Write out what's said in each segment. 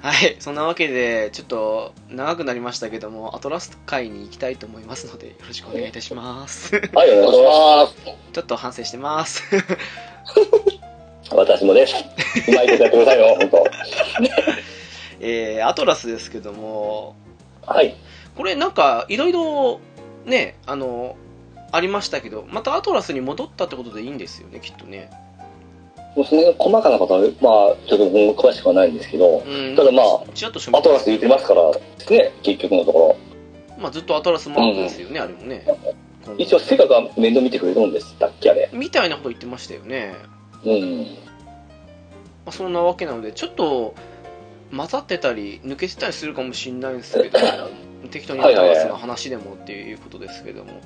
はい、そんなわけでちょっと長くなりましたけども、アトラス会に行きたいと思いますのでよろしくお願いいたしますはい、お願いします。 ちょっと反省してます私もです。うまいことやってくださいよ、本当。 アトラスですけども、 はい。 これなんかいろいろね、ありましたけど、またアトラスに戻ったってことでいいんですよね、きっとね。 もうその細かなことは、まあ、ちょっと詳しくはないんですけど、ただまあ、アトラス言ってますからね、結局のところ。まあずっとアトラスマークですよね、あれもね。 一応セガが面倒見てくれるんでしたっけ、あれ。 みたいなこと言ってましたよね。まあ、そんなわけなので、ちょっと混ざってたり抜けてたりするかもしれないんですけど、適当にアトラスの話でもっていうことですけども、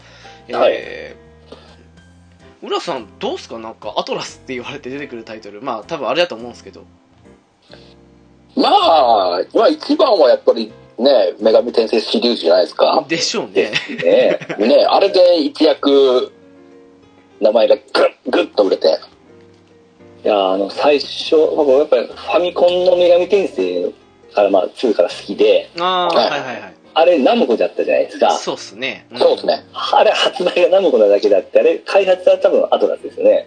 浦さんどうすか、なんかアトラスって言われて出てくるタイトル、まあ多分あれだと思うんですけど。 まあ一番はやっぱりね、女神転生シリーズじゃないですか。 でしょうね。 ね、あれで一躍名前がグッと売れて。 いや、最初、僕やっぱりファミコンの女神転生から、まあ、2から好きで、あれ、ナムコだったじゃないですか。 そうっすね。 そうですね。 あれ、発売がナムコなだけだって、あれ、開発は多分アトラスですよね。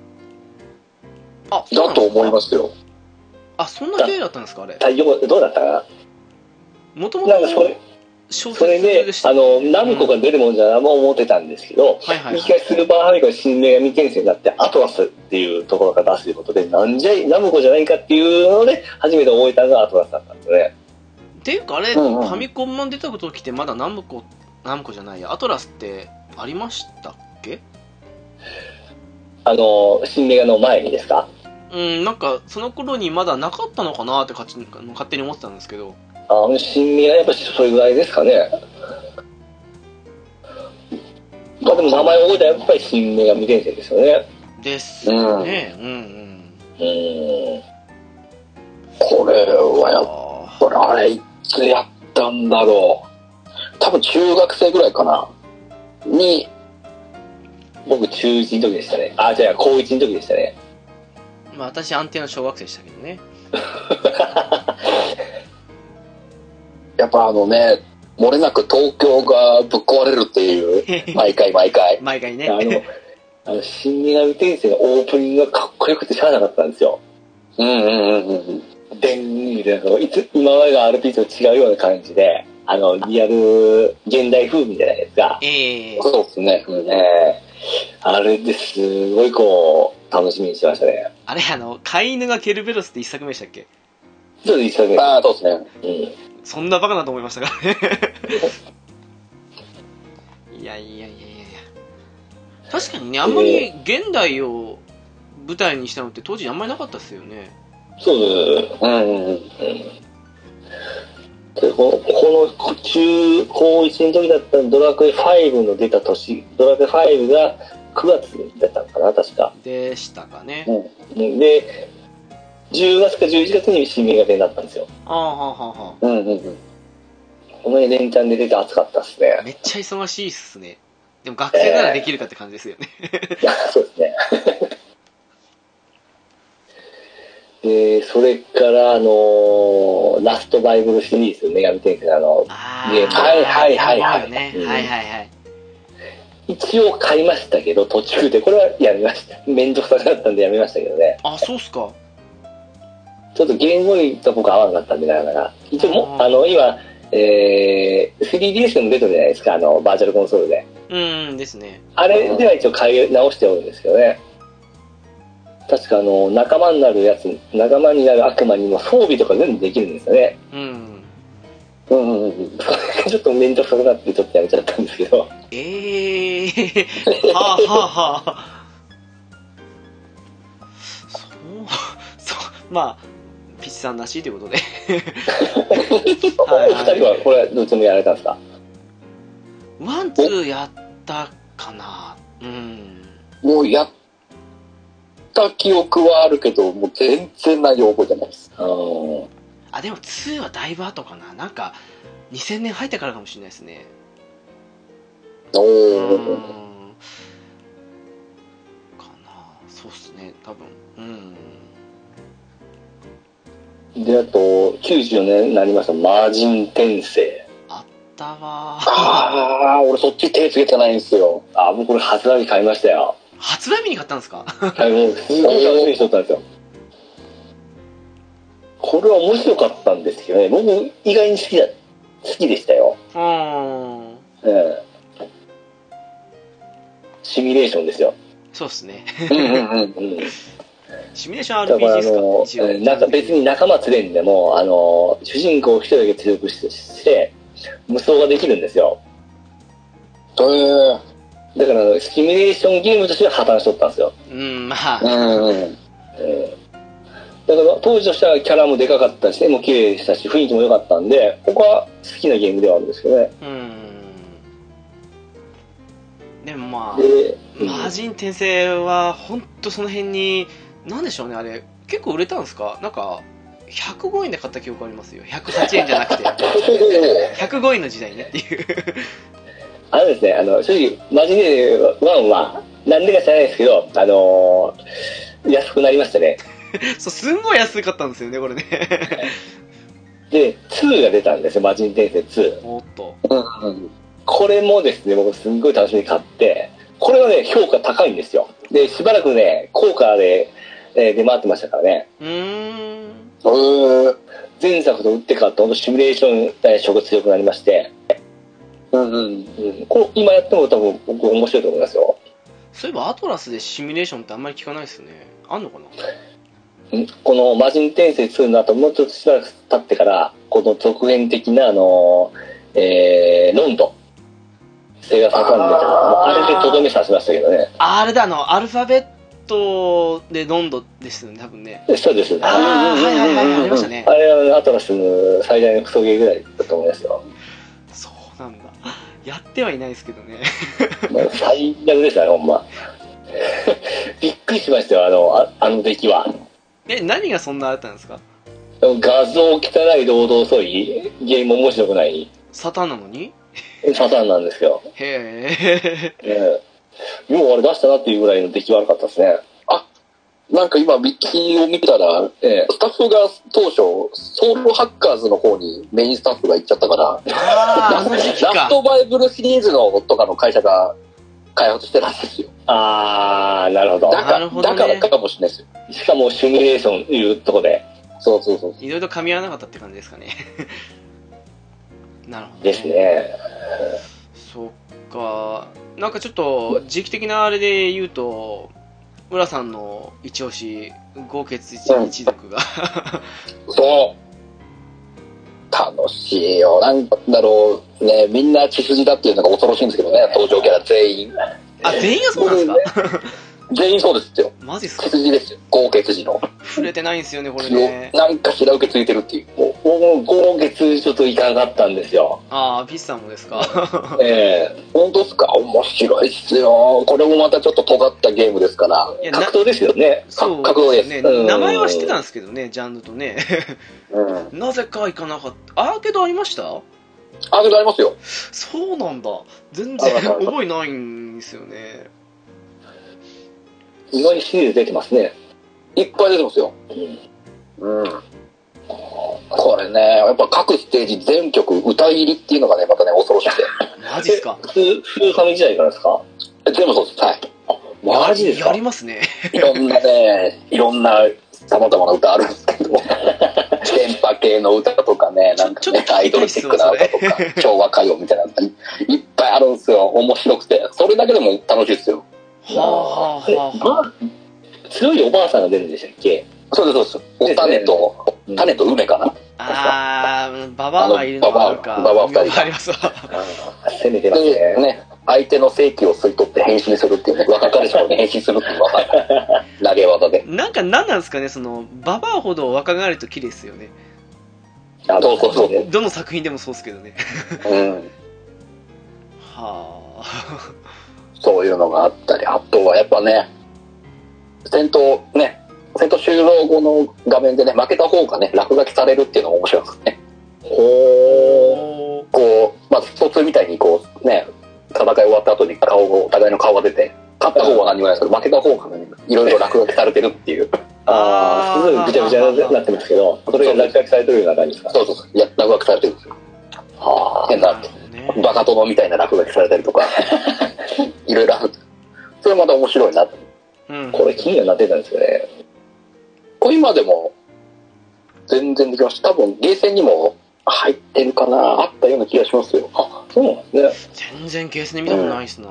あ、 だと思いますよ。 あ、そんな経緯だったんですか、あれ。 どうだったかな。 もともとそれで、ナムコが出るもんじゃなも思ってたんですけど、一回スーパーファミコン新女神転生になってアトラスっていうところから出すということで、なんじゃいナムコじゃないかっていうので初めて覚えたのがアトラスだったんですよね。 っていうかあれ、ファミコン版出たこと来てまだナムコじゃないや、アトラスってありましたっけ？ 新女神の前にですか？ なんかその頃にまだなかったのかなって勝手に思ってたんですけど。 新女神はやっぱりそれぐらいですかね。まあでも名前を覚えたらやっぱり新女神転生ですよね。 ですよね。 これはやっぱりあれいつやったんだろう。多分中学生ぐらいかな。に、 僕中1の時でしたね。じゃあ高1の時でしたね。 まあ私安定の小学生でしたけどね。 やっぱ漏れなく東京がぶっ壊れるっていう、毎回毎回ね。 新女神転生のオープニングがかっこよくてしゃあなかったんですよ。でんみたいな、今までの RPG と違うような感じで、リアル現代風味じゃないですか。 そうですね。 あれですごいこう、楽しみにしてましたね。 あれ、飼い犬がケルベロスって一作目でしたっけ？ そうです、一作目。 そうですね。 そんなバカなと思いましたからね。いや。確かにね、あんまり現代を舞台にしたのって当時あんまりなかったですよね。 そうです。この中高1の時だったらドラクエ5の出た年、ドラクエ5が9月だったのかな、確か。 でしたかね。 で、10月か11月に新女神になったんですよ。 この絵連チャンで出て熱かったっすね。 めっちゃ忙しいっすね。でも学生ならできるかって感じですよね。 そうですね。で、それから、ラストバイブルシリーズ、女神転生のゲーム。一応買いましたけど、途中で、これはやめました。めんどくさかったんでやめましたけどね。 そうっすか。 ちょっとゲームボーイと僕合わなかったんで、なかなか。一応今、3DS でも出てるじゃないですか、バーチャルコンソールで。 ですね。 あれでは一応買い直しておるんですけどね。確か仲間になるやつ、仲間になる悪魔にも装備とか全部できるんですよね。それちょっと面倒くさくなってちょっとやめちゃったんですけど。 まあ、ピッチさんらしいということで。 二人はこれどっちもやられたんですか？ ワン、ツーやったかな。 もうやった記憶はあるけど、もう全然内容覚えてないです。 でも2はだいぶ後かな。なんか、2000年入ってからかもしれないですね。かな。そうっすね、多分。 で、あと、94年になりました、魔人転生。 あったわああ、俺そっち手つけてないんですよ。 僕これ発売日買いましたよ。 発売日に買ったんですか？ はい、もうすごい楽しみにしとったんですよ。これは面白かったんですけどね、僕意外に好きでしたよ。シミュレーションですよ。 そうですね。シミュレーション RPG ですか？ なんか別に仲間連れんでも、主人公一人だけ強くして無双ができるんですよ。だからシミュレーションゲームとしては破綻しとったんですよ。 まあ。 だから当時としてはキャラもでかかったし、絵も綺麗でしたし、雰囲気も良かったんで、僕は好きなゲームではあるんですけどね。 でもまあ、魔人転生は本当その辺に、なんでしょうね、あれ結構売れたんですか？なんか105円で買った記憶ありますよ。108円じゃなくて105円の時代ねっていうですね、正直魔人転生1はなんでか知らないですけど、安くなりましたね。 そう、すんごい安かったんですよね、これねで、2が出たんですよ、魔人転生2。 おっと。 これもですね、僕すんごい楽しみに買って、これはね、評価高いんですよ。で、しばらくね、高価で、出回ってましたからね。前作と打って変わって、本当シミュレーション対象が強くなりまして、これ今やっても多分僕面白いと思いますよ。 そういえばアトラスでシミュレーションってあんまり聞かないですよね。あんのかな？ この魔人転生2の後、もうちょっとしばらく経ってから、この続編的なロンドン、セガサターンみたいな、あれでとどめさせましたけどね。 あれだ、アルファベットでロンドですよね、多分ね。 そうです。 ありましたね。 あれはアトラスの最大のクソゲーぐらいだと思いますよ。 そうなんだ。やってはいないですけどね。 最悪でしたね、ほんま。びっくりしましたよ、あの出来は。 何がそんなあったんですか？ 画像汚い労働遅い、ゲーム面白くない。 サタンなのに？ サタンなんですよ。 へえ。もうあれ出したなっていうぐらいの出来悪かったですね。 なんか今、ウィキを見たら、スタッフが当初、ソウルハッカーズの方にメインスタッフが行っちゃったから、ラストバイブルシリーズのとかの会社が開発してたんですよ。 なるほど。 だからかもしれないですよ。 しかもシミュレーションいうとこで。 そう。 いろいろ噛み合わなかったって感じですかね。なるほど、 ですね。 そっか。なんかちょっと時期的なあれで言うと、浦さんの一押し、豪傑一族が、 そう。楽しいよ。なんだろうね、みんな血筋だっていうのが恐ろしいんですけどね、登場キャラ全員。 全員がそうなんですか？ 全員そうですよ。 マジっすか？ 血筋ですよ。豪傑時の。 触れてないんですよね、これね。 なんか白受けついてるっていう。 豪傑ちょっといかなかったんですよ。 ピッサンもですか？ 本当ですか？面白いっすよ。これもまたちょっと尖ったゲームですから。 格闘ですよね。 格闘ですね。名前は知ってたんですけどね、ジャンルとね。なぜかいかなかった。アーケードありました？ アーケードありますよ。 そうなんだ。全然覚えないんですよね。 意外にシリーズ出てますね。 いっぱい出てますよ。これね、やっぱ各ステージ全曲歌入りっていうのがね、またね、恐ろしくて。 マジっすか？ フルファミ時代からですか？ 全部そうです。はい。 マジですか？ やりますね。 いろんな様々な歌あるんですけど、電波系の歌とかね、なんかね、アイドルチックな歌とか、昭和歌謡みたいなのがいっぱいあるんですよ。面白くて。それだけでも楽しいですよ。 強いおばあさんが出るんでしたっけ？ そうです。種と梅かな。 ババアがいるのがあるか。 ババア2人。 ありますわ。 攻めてますね。 相手の正気を吸い取って変身するっていうね、若かりし頃に変身するっていうのは投げ技で。 何なんですかね、ババアほど若返ると綺麗ですよね。 そう。 どの作品でもそうですけどね。 そういうのがあったり、あとはやっぱね、戦闘終了後の画面でね、負けた方がね、落書きされるっていうのも面白いですね。まず疎通みたいに戦い終わった後にお互いの顔が出て、勝った方は何もないですけど、負けた方がね、いろいろ落書きされてるっていう。 すごいぐちゃぐちゃになってますけど、それが落書きされてるような感じですか？ そうそうそう。落書きされてるんですよ。はあ。変な、バカ殿みたいな落書きされたりとか、いろいろある。それまた面白いな。 これ気にはなってたんですよね。 これ今でも、全然できました。多分、ゲーセンにも入ってるかな、あったような気がしますよ。 あ、そうなんですね。 全然ゲーセンで見たことないっすな、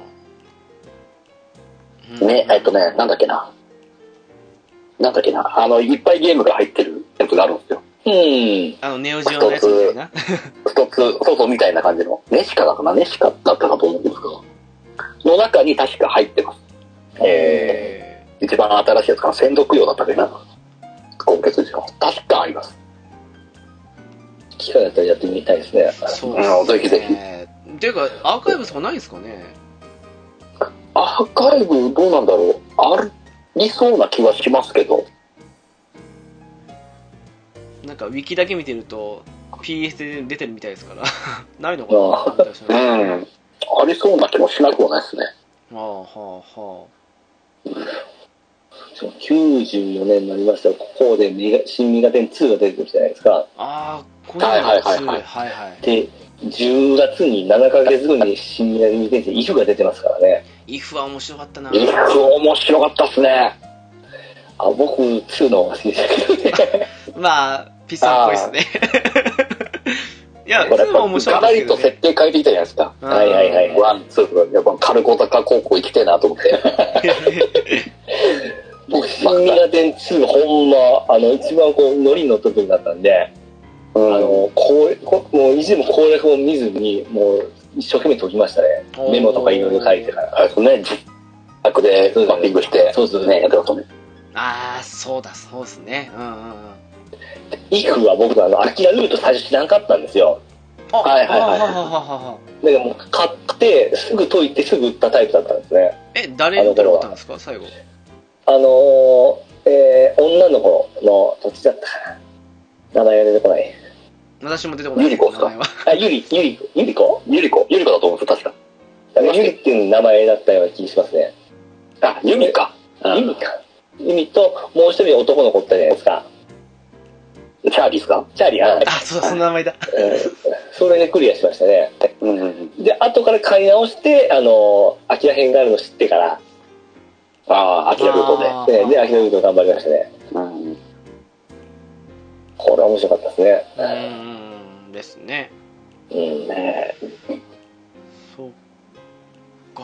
ね、なんだっけな。いっぱいゲームが入ってるやつがあるんですよ。 ネオジオのやつみたいな。 そうそう、みたいな感じの。ネシカだったかなと思うんですけど。の中に確か入ってます。一番新しいやつかな。専属用だったかな。今月以上。確かあります。 機会だったらやってみたいですね。 そうですね。 ぜひぜひ。 っていうか、アーカイブとかないんですかね？ アーカイブどうなんだろう。ありそうな気はしますけど。 なんかウィキだけ見てると PS で出てるみたいですからないのかな。 ありそうな気もしなくもないですね。 94年になりましたら、ここで新メガテン2が出てるじゃないですか。 これはい。 で、10月に7ヶ月後に新メガテン2、イフが出てますからね。 イフは面白かったな。 イフ面白かったっすね。 僕、2の方が好きでしたけどね。 まあ、ピサっぽいっすね。いや、2も面白かったですけど、ね。 かなりと設定変えていたじゃないですか。ワン、ツー、やっぱカルコ坂高校行きてえなと思って。 僕、新メガテン2、ほんま、一番ノリに乗った時だったんで、もういつも攻略を見ずに、もう一生懸命解きましたね。メモとかいろいろ書いてから。 あれですね、自宅でマッピングして、 そうですね、 やってますね。 そうですね。 イフは僕アキラルート最初知らんかったんですよ。 だからもう買ってすぐ解いてすぐ売ったタイプだったんですね。 誰に売ったんですか最後？ 女の子のどっちだったかな、名前が出てこない。 私も出てこない。 ユリコですか？ ユリコだと思うんですよ、確か。 ユリっていう名前だったような気がしますね。 ユミか。 ユミともう一人男の子おったじゃないですか。 チャーリーですか？ チャーリー、 そう、その名前だ。 それでクリアしましたね。で、後から買い直して、アキラ編があるの知ってから、 アキラルートで。 で、アキラルート頑張りましたね。これは面白かったですね。 ですね。そっか、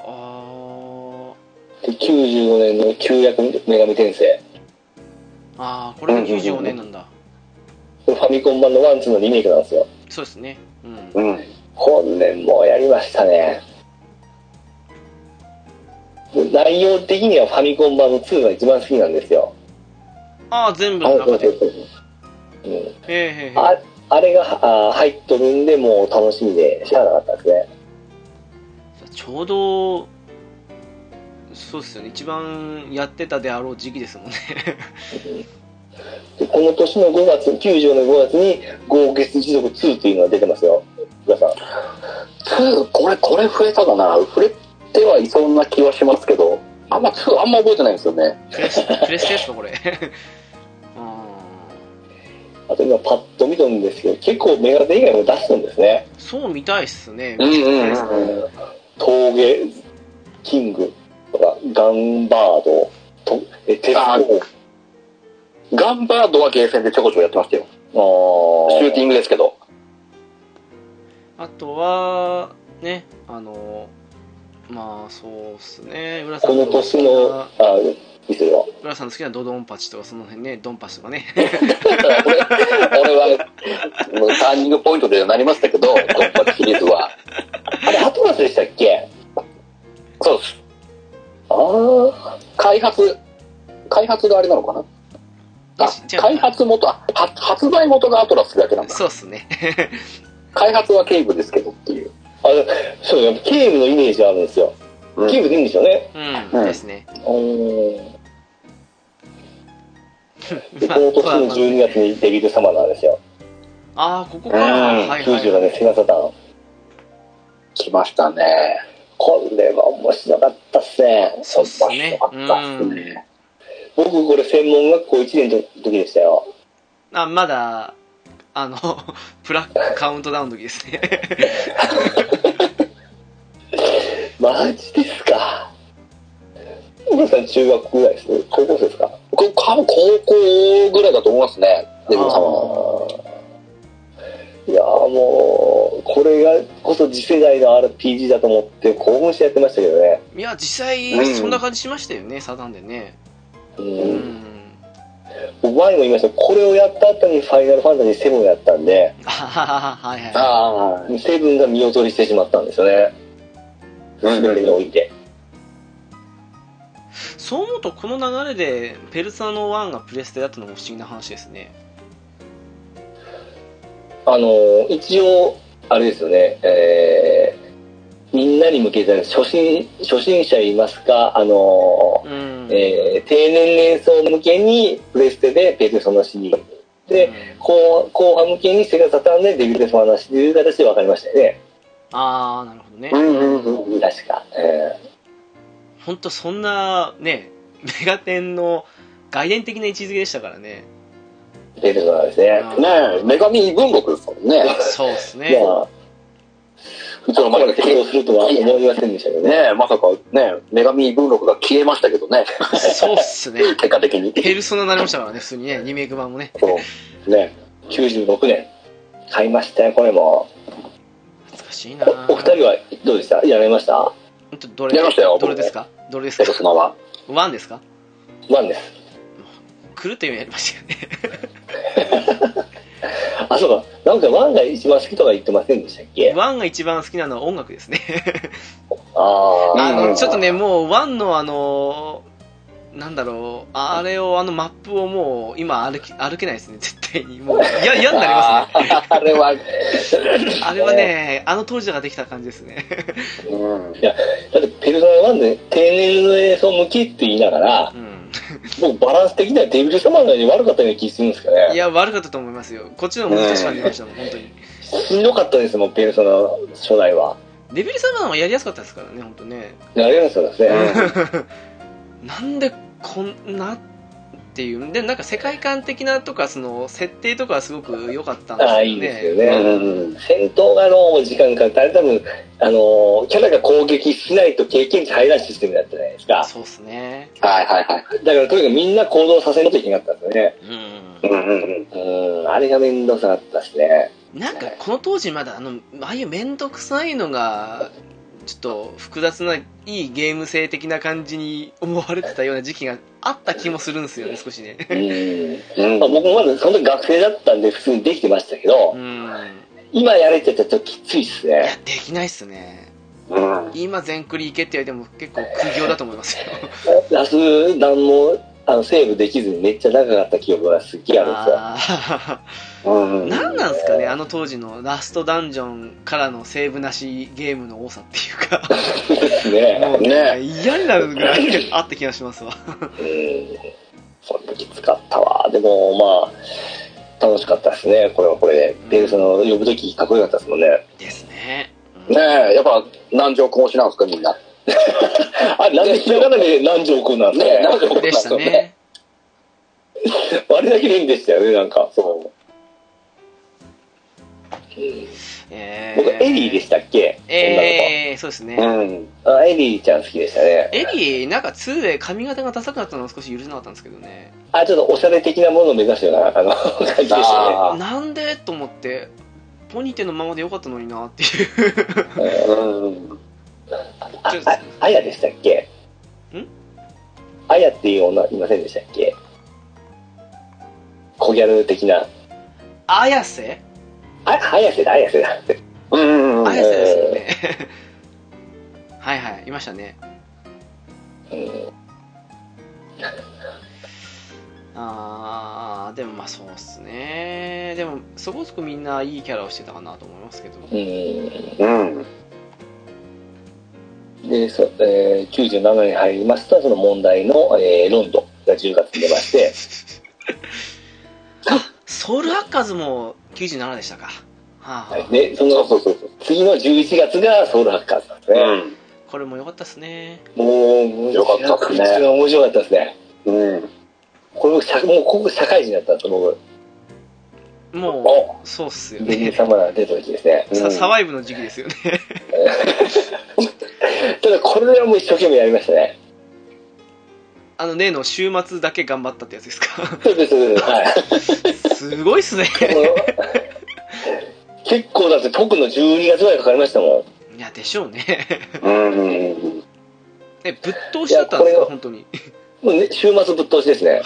で、95年の旧約女神転生。 これが95年なんだ。 ファミコン版の1、2のリメイクなんですよ。 そうですね。 本年もやりましたね。内容的にはファミコン版の2が一番好きなんですよ。 全部の中で。 あれが入っとるんで、もう楽しみでしゃあなかったですね。 ちょうどそうですよね、一番やってたであろう時期ですもんね。 でこの年の5月、94年5月に豪傑一族2というのが出てますよ、皆さん。 2、これ増えたかな、触れてはいそうな気はしますけど、あんま覚えてないんですよね。 プレステですか、これ。 あと今パッと見とるんですけど、結構メガテン以外も出すんですね。 そう見たいっすね。 峠キングとかガンバードとガンバードはゲーセンでちょこちょこやってましたよ。シューティングですけど。 あとはね、まあそうっすね、 この年の浦さんの好きなドドンパチとかその辺ね、ドンパチとかね。 俺はもうターニングポイントでなりましたけど、ドンパチシリーズは。 あれアトラスでしたっけ？ そうです。開発があれなのかな？開発元、発売元がアトラスだけなんだ。 そうっすね。 開発はケイブですけどっていう。 そう、ケイブのイメージあるんですよ。ケイブでいいんですよね。 ですね。 この年の12月にデビルサマナーですよ。 ここか。 97年セガサターン。 来ましたね。 これは面白かったっすね。 そうっすね。 僕これ専門学校1年の時でしたよ。 あ、まだ、カウントダウンの時ですね。 マジですか。小倉さん中学ぐらいです？高校生ですか？ 多分高校ぐらいだと思いますね、デビルさんは。 いやもう、これがこそ次世代の RPG だと思って興奮してやってましたけどね。 いや、実際、そんな感じしましたよね、サタンでね。 僕前も言いました、これをやった後にファイナルファンタジー7をやったんで、 はいはい。 7が見劣りしてしまったんですよね。全てにおいて。 そう思うと、この流れで、ペルソナの1がプレステだったのも不思議な話ですね。 一応、あれですよね、みんなに向けて初心者いますか、低年齢層向けにプレステでペルソナシリーズで、後半向けにセガサターンでデビルソナシリーズという形で分かりましたよね。 ああ、なるほどね。 確か。 本当そんなね、メガテンの外伝的な位置づけでしたからね。 ペルソナですね。 ねえ、女神文録ですもんね。 そうですね。 普通のまま適用するとは思いませんでしたけどね。 ねえ、まさかね、女神文録が消えましたけどね。 そうっすね。 結果的に。 ペルソナになりましたからね、普通にね、リメイク版もね。 そう。ね、96年。買いましたよ、これも。 懐かしいな。 お二人はどうでした？やめました？ やりましたよ。 どれですか？どれですか？ ペルソナは。 1ですか ？1です。 狂ったようにやりましたよね。 あ、そうか。なんか1が一番好きとか言ってませんでしたっけ ？1が一番好きなのは音楽ですね。 ちょっとね、もう1のなんだろう、あれをマップをもう今歩けないですね、絶対に。もう嫌になりますね。 あれはね、当時ができた感じですね。 いや、だってペルソナ1で低年齢層向きって言いながら、僕バランス的にはデビル様のように悪かったような気するんですかね。 いや、悪かったと思いますよ。こっちの難しく感じましたもん、本当に。 しんどかったですもん、ペルソナ初代は。 デビル様はやりやすかったですからね、本当ね。 やりやすかったですね。 なんでこんなっていう。で、なんか世界観的なとか、その、設定とかはすごく良かったんですよね。 いいですよね。戦闘が時間かかって、多分、キャラが攻撃しないと経験値入らないシステムだったじゃないですか。 そうっすね。 はいはいはい。だからとにかくみんな行動させないといけなかったんですよね。あれがめんどくさかったですね。 なんかこの当時まだああいうめんどくさいのがちょっと複雑ないいゲーム性的な感じに思われてたような時期があった気もするんですよね、少しね。 僕もまだその時学生だったんで普通にできてましたけど、今やれてたらちょっときついっすね。 いや、できないっすね。今全クリ行けって言われても結構苦行だと思いますよ。 ラス何もセーブできずにめっちゃ長かった記憶がすっげえあるんですよ。 何なんすかね、当時のラストダンジョンからのセーブなしゲームの多さっていうか。 ですね。 もうね、嫌になるぐらいあった気がしますわ。 その時きつかったわ。でもまあ楽しかったですね。これはこれで。ペルソナを呼ぶ時かっこよかったですもんね。 ですね。 ねえ、やっぱ南條くん推しなんですかみんな。 あれなんでひらがなで南條くんなんですかね。 南條くんでしたね。 あれだけでいいんでしたよね、なんかそう。僕エリーでしたっけ？ そうですね。 エリーちゃん好きでしたね。 エリーなんか2で髪型がダサくなったのは少し許せなかったんですけどね。 ちょっとおしゃれ的なものを目指すような感じでしたね。 なんでと思ってポニーテのままでよかったのになっていう。 あやでしたっけ？あやっていう女いませんでしたっけ？小ギャル的な。 綾瀬？ 綾瀬だ。 綾瀬ですよね。はいはい、いましたね。でもまあそうっすね。でもそこそこみんないいキャラをしてたかなと思いますけど。 で、97年に入りますと、その問題の、ロンドンが10月に出まして。 ソウルハッカーズも97でしたか。 で、次の11月がソウルハッカーズなんですね。 これも良かったですね。 もう、 良かったですね。 面白かったですね。 これもうここ社会人だったんですよ、僕。 もう、そうっすよね。 デビューサマー出た時ですね。 サバイブの時期ですよね。 ただ、これはもう一生懸命やりましたね。 例の週末だけ頑張ったってやつですか？ そうです、そうです。はい。 すごいっすね。 結構だって、特の12月ぐらいかかりましたもん。いや、でしょうね。 ぶっ通しだったんですか、本当に。 もうね、週末ぶっ通しですね。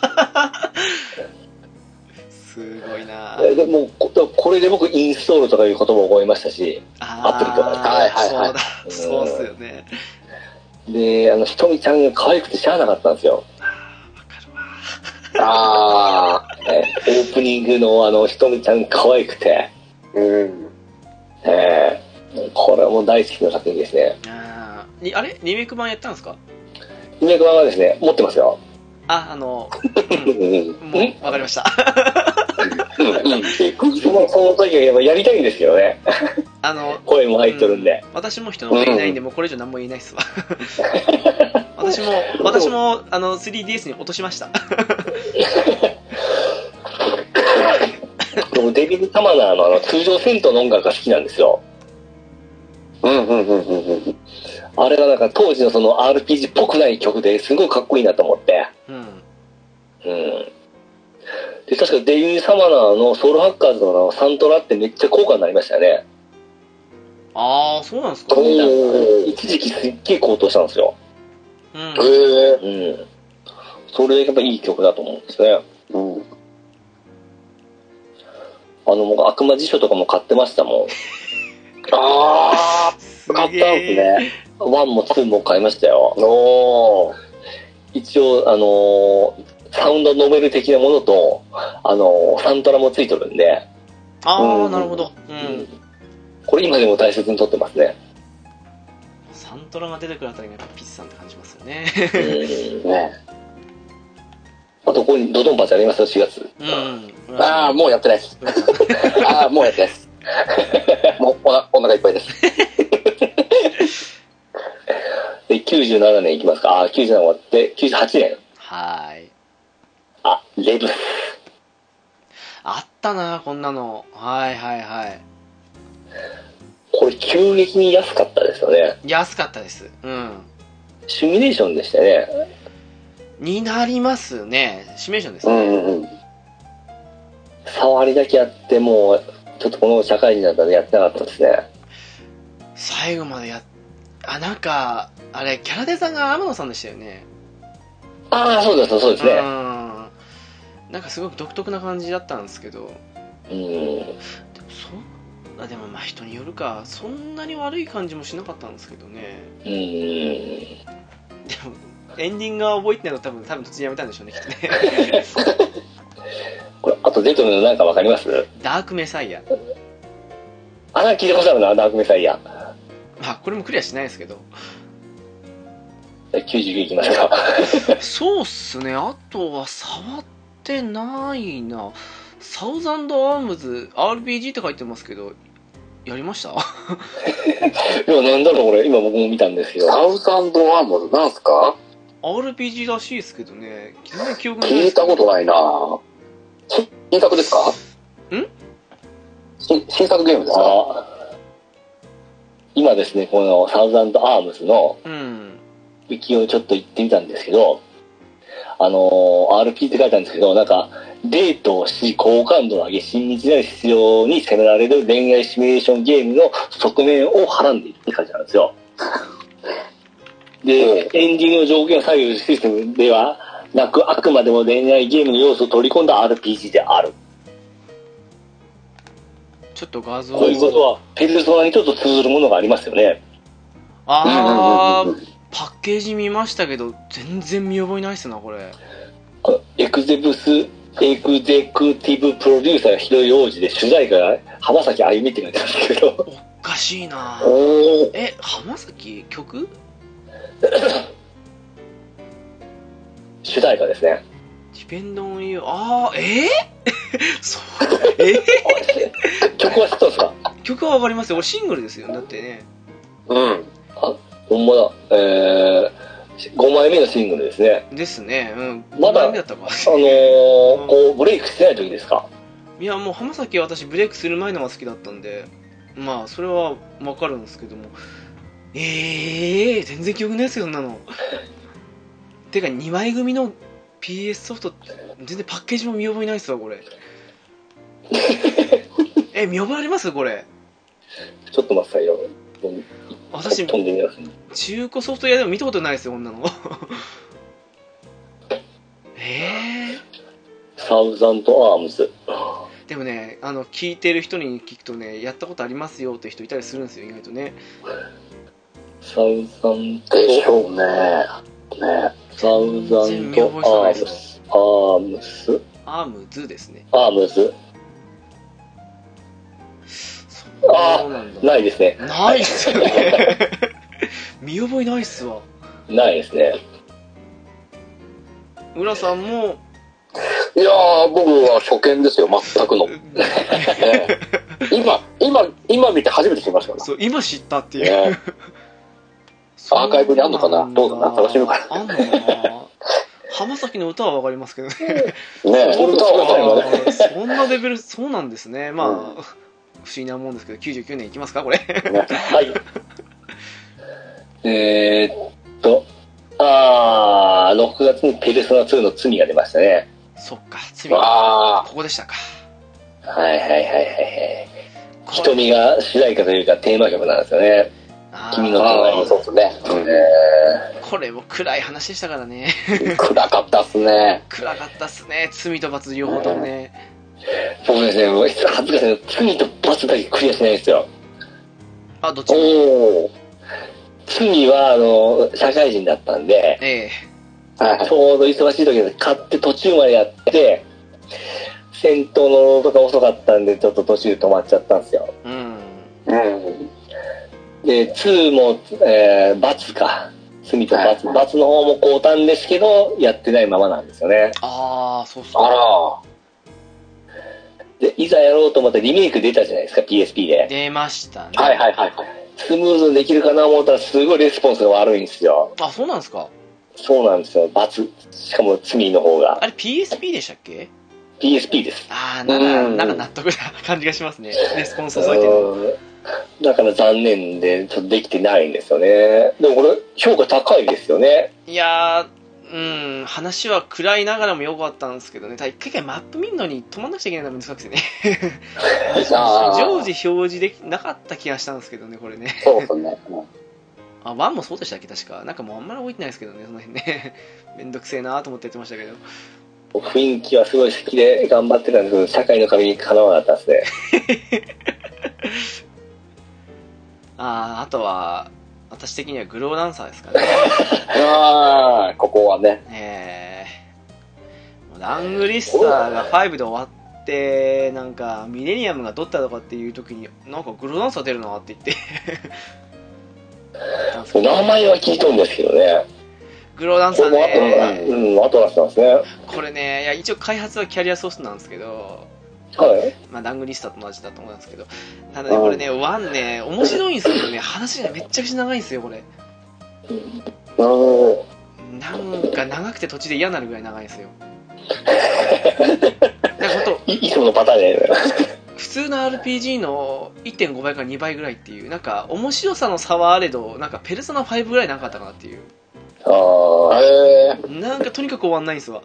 すごいな。 でもうこれで僕インストールとかいう言葉を覚えましたし、アプリとか。 はいはいはい。そうっすよね。 で、ひとみちゃんが可愛くてしゃあなかったんですよ。 わかるわ。 オープニングのひとみちゃん可愛くて、これはもう大好きな作品ですね。 あれリメイク版やったんですか？ リメイク版はですね、持ってますよ。 もう、わかりました。 その時はやりたいんですけどね。声も入っとるんで。 私も人の声いないんで、もうこれ以上何も言えないっすわ。私も 3DS に落としました。 デビル・タマナーの通常戦闘の音楽が好きなんですよ。あれがなんか当時のその RPG っぽくない曲ですごいかっこいいなと思って。で、確かデビル・サマナーのソウルハッカーズのサントラってめっちゃ高価になりましたよね。 ああ、そうなんですか。 一時期すっげえ高騰したんですよ。それでやっぱいい曲だと思うんですね。僕悪魔辞書とかも買ってましたもん。買ったんですね。1も2も買いましたよ。一応、サウンドノベル的なものと、サントラもついとるんで。 なるほど。 これ今でも大切に撮ってますね。 サントラが出てくるあたりがやっぱピッチさんって感じますよね。 あとここにドドンパチありますよ、4月。 もうやってないです。もうやってないです。もうお腹いっぱいです。で、97年いきますか。97終わって、98年。レブ。 あったな、こんなの。はいはいはい。 これ急激に安かったですよね。 安かったです。 シミュレーションでしたね。 になりますね。シミュレーションですね。 触りだけやってもうちょっとこの社会人だったらやってなかったですね。 最後までなんかあれキャラデザが天野さんでしたよね。 そうですね。 なんかすごく独特な感じだったんですけど。でもまあ人によるか、そんなに悪い感じもしなかったんですけどね。でもエンディングが覚えてないの多分突然やめたんでしょうね、きっとね。 これあと出てるのなんかわかります？ ダークメサイア。 聞いたことあるな、ダークメサイア。 これもクリアしないですけど。 99いきますか。 そうっすね。あとは触ってないな。サウザンドアームズ RPG って書いてますけど、やりました？ いや、なんだろうこれ、今僕も見たんですけど。 サウザンドアームズなんすか？ RPG らしいですけどね。全然記憶ない。 聞いたことないな。新作ですか？新作ゲームですか？ 今ですね、このサウザンドアームズのウィキをちょっと行ってみたんですけど、RP って書いてあるんですけど、なんか、デートをし、好感度を上げ、親密なる必要に責められる恋愛シミュレーションゲームの側面をはらんでいるって書いてあるんですよ。で、エンディングの条件を左右するシステムではなく、あくまでも恋愛ゲームの要素を取り込んだ RPG である。 ちょっと画像を。 ということは、ペルソナにちょっと通ずるものがありますよね。 パッケージ見ましたけど、全然見覚えないっすな、これ。 エクゼクティブプロデューサーがひどい王子で、主題歌が浜崎あゆみって書いてあるんですけど。 おかしいな。浜崎曲？ 主題歌ですね。 ディペンドンユー。そう曲は知ったんですか？ 曲はわかりますよ。俺シングルですよ。だってね。 ほんまだ。 5枚目のシングルですね。 ですね。うん。 まだ、 5枚目だったか。 こう、ブレイクしてない時ですか？ いや、もう浜崎は私ブレイクする前のが好きだったんで、まあ、それはわかるんですけども。全然記憶ないですよ、そんなの。てか、2枚組の PS ソフト、全然パッケージも見覚えないっすわ、これ。見覚えありますこれ。 ちょっと待ってくださいよ。 私、 飛んでみます。 中古ソフト屋でも見たことないですよ、こんなの。 サウザンドアームズ。 でもね、聞いてる人に聞くとね、やったことありますよって人いたりするんですよ、意外とね。 サウザンドでしょうね。 サウザンドアームズ。 アームズですね。 アームズ。ないですね。 ないっすよね。見覚えないっすわ。 ないですね。 浦さんも。 いやー、僕は初見ですよ、全くの。今見て初めて知りましたから。 そう、今知ったっていう。 アーカイブにあんのかな、どうかな、楽しみかな。 あんのかな。浜崎の歌はわかりますけどね。そんなレベル、そうなんですね。まあ、不思議なもんですけど、99年いきますか、これ。 はい。6月にペルソナ2の罪が出ましたね。 そっか、罪がここでしたか。 はい。瞳が主題歌というかテーマ曲なんですよね。君の隣。 そうですね。 これも暗い話でしたからね。 暗かったっすね。 暗かったっすね。罪と罰両方ともね。 そうですね、もう恥ずかしい罪と罰だけクリアしないんですよ。 あ、どっちも。 罪は社会人だったんで、ちょうど忙しい時に買って途中までやって、戦闘のとか遅かったんでちょっと途中で止まっちゃったんですよ。で、2も、罰か。罪と罰。罰の方も買うたんですけど、やってないままなんですよね。 そうそう。 で、いざやろうと思ってリメイク出たじゃないですか、PSP で。 出ましたね。 スムーズにできるかな思ったらすごいレスポンスが悪いんですよ。 そうなんですか？ そうなんですよ。罰。しかも罪の方が。 あれ PSP でしたっけ？ PSP です。 なんか納得な感じがしますね。レスポンス遅いっていうの。だから残念で、ちょっとできてないんですよね。でもこれ、評価高いですよね。 いやー、話は暗いながらも良かったんですけどね、一回マップ見るのに止まんなくちゃいけないのが難しくてね。常時表示できなかった気がしたんですけどね、これね。 そうですね。 1もそうでしたっけ、確か。なんかもうあんまり覚えてないですけどね、その辺ね。めんどくせえなーと思ってやってましたけど。 雰囲気はすごい好きで頑張ってたんですけど、社会の壁にかなわなかったですね。 あとは、私的にはグローランサーですかね。 ここはね。 ラングリスターが5で終わって、なんかミレニアムが取ったとかっていう時に、なんかグローランサー出るなって言って。 名前は聞いたんですけどね。 グローランサーね。 アトラスなんですね。 これね、いや一応開発はキャリアソースなんですけど、ラングリスターと同じだと思うんですけど、ただね、これね、1ね、面白いんですけどね、話がめっちゃくちゃ長いんですよ、これ。なんか長くて途中で嫌になるぐらい長いんですよ。 いつものパターンで。 普通の RPG の 1.5 倍から2倍ぐらいっていう、なんか面白さの差はあれど、なんかペルソナ5ぐらいなかったかなっていう。なんかとにかく終わんないんですわ。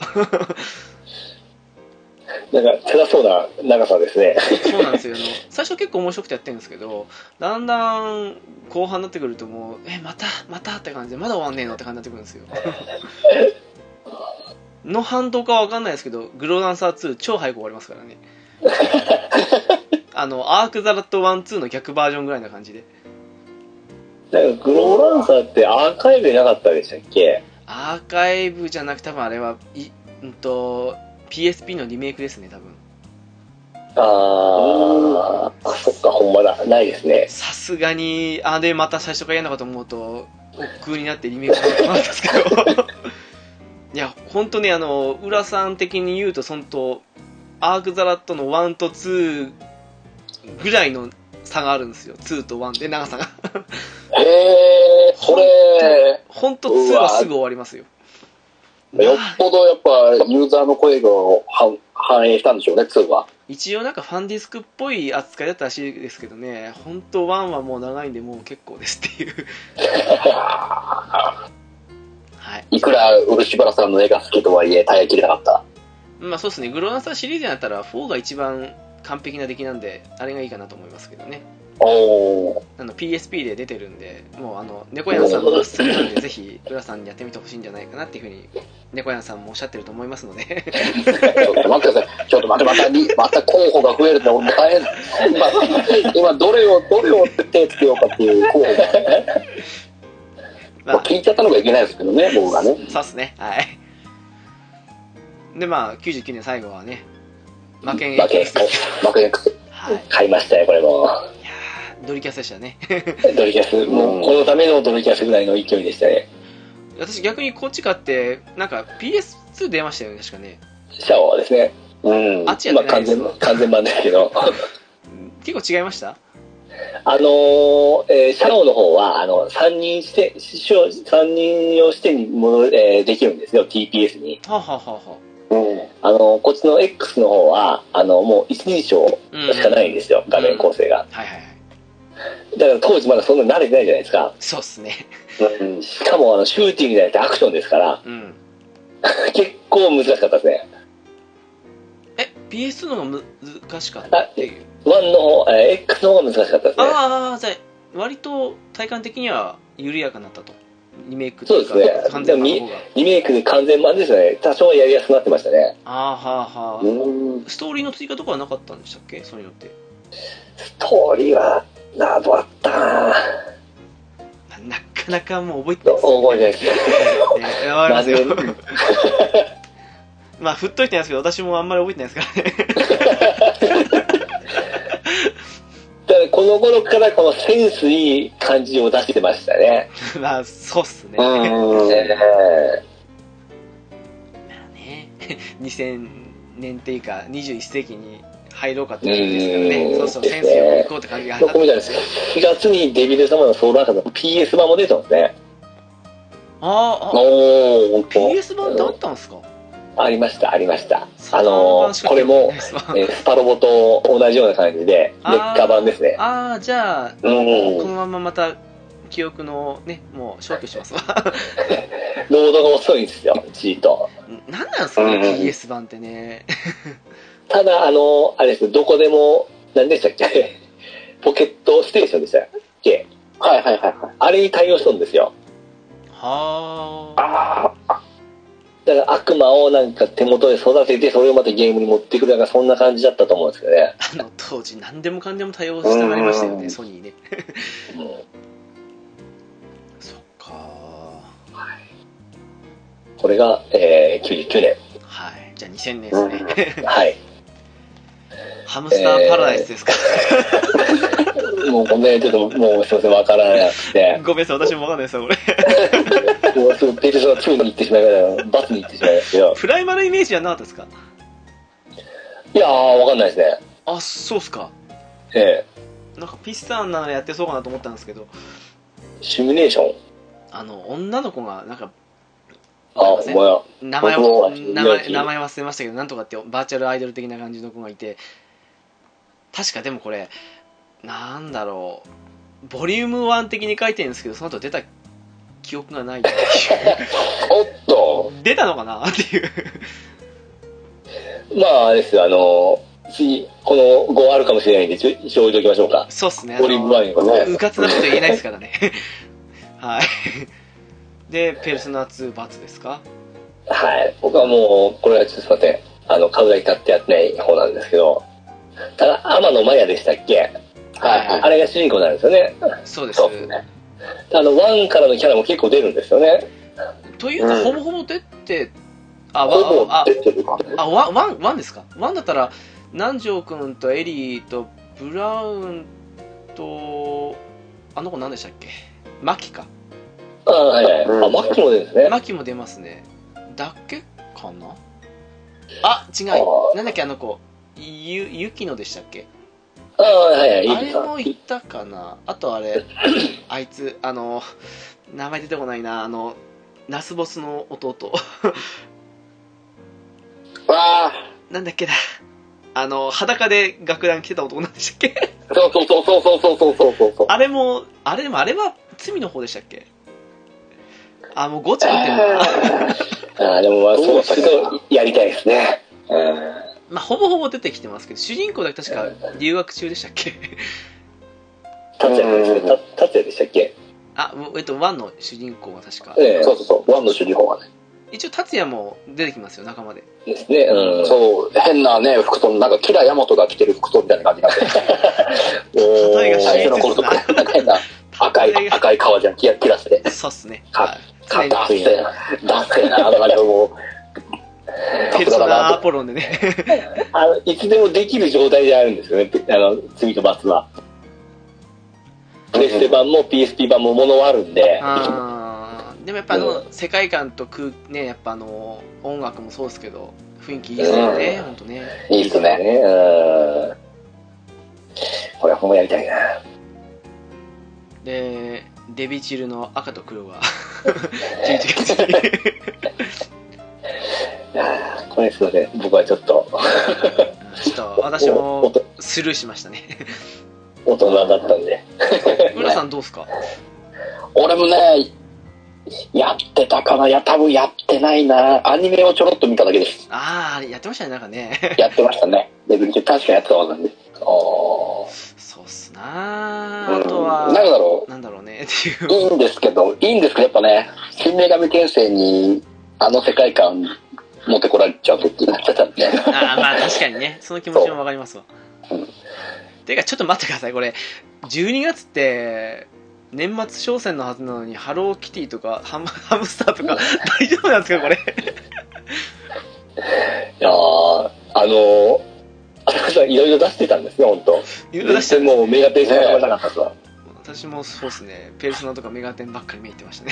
なんか辛そうな長さですね。 そうなんですよ。最初結構面白くてやってるんですけど、だんだん後半になってくるともうまたって感じで、まだ終わんねえのって感じになってくるんですよ。の反動かわかんないですけど、グローランサー2超早く終わりますからね。アークザラット1、2の逆バージョンぐらいな感じで。 なんかグローランサーってアーカイブでなかったでしたっけ？ アーカイブじゃなく多分あれはPSP のリメイクですね、多分。 そっか、ほんまだ。ないですね。 さすがに、で、また最初からやるのかと思うと、億劫になってリメイクしてもらったんですけど。いや、ほんとね、浦さん的に言うと、アークザラットの1と2ぐらいの差があるんですよ。2と1で長さが。 それ、 ほんと2はすぐ終わりますよ。 よっぽどやっぱユーザーの声が反映したんでしょうね、2は。 一応なんかファンディスクっぽい扱いだったらしいですけどね、本当1はもう長いんでもう結構ですっていう。はい。 いくら漆原さんの絵が好きとはいえ耐えきれなかった。 まあそうですね、グローナサーシリーズになったら4が一番完璧な出来なんで、あれがいいかなと思いますけどね。PSP で出てるんで、もう猫屋さんのおすすめなんで、ぜひ浦さんにやってみてほしいんじゃないかなっていうふうに猫屋さんもおっしゃってると思いますので。 ちょっと待ってください。ちょっと待って、また候補が増えるって大変。今どれを手つけようかっていう候補が。まあ、聞いちゃったのがいけないですけどね、僕がね。 そうっすね、はい。でまあ99年最後はね、マケン X。 マケン X。はい、買いましたよ、これも。 いやー、ドリキャスでしたね。 ドリキャス、もうこのためのドリキャスぐらいの勢いでしたね。 私逆にこっち買って、なんか PS2 出ましたよね、確かね。 シャオですね。うん。 あっちやってないですか、 完全版ですけど。 結構違いました？ シャオの方は、3人用視点にできるんですよ、TPS に。 はははは。 こっちの X の方は、もう一人称しかないんですよ、画面構成が。 はいはいはい。 だから当時まだそんなに慣れてないじゃないですか。 そうっすね。 しかもシューティングじゃなくてアクションですから、結構難しかったですね。 PS の方が難しかったっていう。 1の方、X の方が難しかったですね。 ああ、じゃあ割と体感的には緩やかになったと。リメイクというか、そうですね。完全版の方がリメイクで完全版ですね。多少やりやすくなってましたね。 ああ、はあはあ。ストーリーの追加とかはなかったんでしたっけ、そういうのって。 ストーリーはどうだったかな。 なかなかもう覚えてないです、 覚えてないです。 わかりますよ。まあ振っといてないですけど、私もあんまり覚えてないですからね。 だからこの頃からこのセンスいい感じを出してましたね。 まあそうっすね。まあね、2000年っていうか21世紀に入ろうかっていうですからね。そうそう、センスよくいこうって感じがあった。4 月にデビル様のソーラーカーの PS 版も出てますね。 PS 版ってあったんですか？ ありました。これも、スパロボと同じような感じで、劣化版ですね。 じゃあ、このまままた、記憶のね、もう消去しますわ。 ロードが遅いんですよ、チート。 なんなんですかね、PS 版ってね。 ただ、あれです、どこでも、何でしたっけポケットステーションでしたっけ？はい。あれに対応しとるんですよ。だから悪魔をなんか手元で育てて、それをまたゲームに持ってくるような、そんな感じだったと思うんですけどね。 当時何でもかんでも対応したがりましたよね、ソニーね。そっか、 これが、99年。 はい。じゃあ2000年ですね。 はい。 ハムスターパラダイスですか。 もうごめん、ちょっともうすいません、わからなくて。 ごめんなさい、私もわかんないですよ、これ。 もうすぐペルソナ2に行ってしまいました。バツに行ってしまいましたけど。 プライマルイメージはなかったですか？ いやー、わかんないですね。 あ、そうっすか。なんかピスタンならやってそうかなと思ったんですけど。 シミュレーション？ 女の子が、なんか、 名前忘れましたけど、なんとかってバーチャルアイドル的な感じの子がいて、確かでもこれ、なんだろう、ボリューム1的に書いてるんですけど、その後出た記憶がないっていう。 おっと出たのかなっていう。 まあ、あれですよ、次、この5あるかもしれないんで、一応置いておきましょうか。 そうっすね。 ボリューム1はね。 うかつなこと言えないですからね。はい。で、ペルソナ2×ですか？ はい。僕はもう、これはちょっとすいません。買うだけ買ってやってない方なんですけど、ただ、天野マヤでしたっけ？はい。あれが主人公なんですよね。 そうです。 1からのキャラも結構出るんですよね。 というか、ほぼほぼ出て、 ほぼ出てるか。 ワンですか？ワンだったら、南條くんとエリーとブラウンと、あの子何でしたっけ？マキか。 はい。マキも出るんですね。 マキも出ますね。だけかな？違う。なんだっけ、あの子。ユキノでしたっけ？ はい。 あれもいたかな。あとあれ、あいつ、 名前出てこないな、ラスボスの弟。 わあ。 なんだっけな。裸で楽団来てた男なんでしたっけ？ そう。 あれも、あれは罪の方でしたっけ？もうごちゃってんな。でもまあ、そうするとやりたいですね。 まあ、ほぼほぼ出てきてますけど、主人公だけ確か留学中でしたっけ？ 達也でしたっけ？ ワンの主人公は確か。 そう。ワンの主人公はね。 一応、達也も出てきますよ、仲間で。 ですね。 そう、変なね、服装、なんか、キラヤマトが着てる服装みたいな感じなんで。 例えが最初の頃とか、変な赤い革ジャン着らせて。 そうっすね。 ダッセーな、なんかもう。 ペルソナアポロンでね。 いつでもできる状態であるんですよね、罪と罰は。プレステ版も PSP 版もものはあるんで。 でもやっぱ世界観とね、やっぱ音楽もそうですけど、雰囲気いいですよね、ほんとね。 いいですね。 これはほんまやりたいな。 で、デビチルの赤と黒が11月に。 これすいません、僕はちょっと私もスルーしましたね。 大人だったんで。 浦さんどうすか？ 俺もね、やってたかな。いや、多分やってないな。アニメをちょろっと見ただけです。 あれやってましたね、なんかね。 やってましたね。レベル確かやってたわけなんで。 そうっすな。あとは、なんだろうねっていう。 いいんですけど、やっぱね、新女神転生に世界観持ってこられちゃうとってなっちゃったんで。 まあ確かにね、その気持ちもわかりますわ。てかちょっと待ってください、これ12月って年末商戦のはずなのにハローキティとかハムスターとか大丈夫なんですかこれ？ いやいろいろ出してたんですね、本当。 いろいろ出してもうメガテンしかなかったさ。 私もそうですね、ペルソナとかメガテンばっかり見てましたね。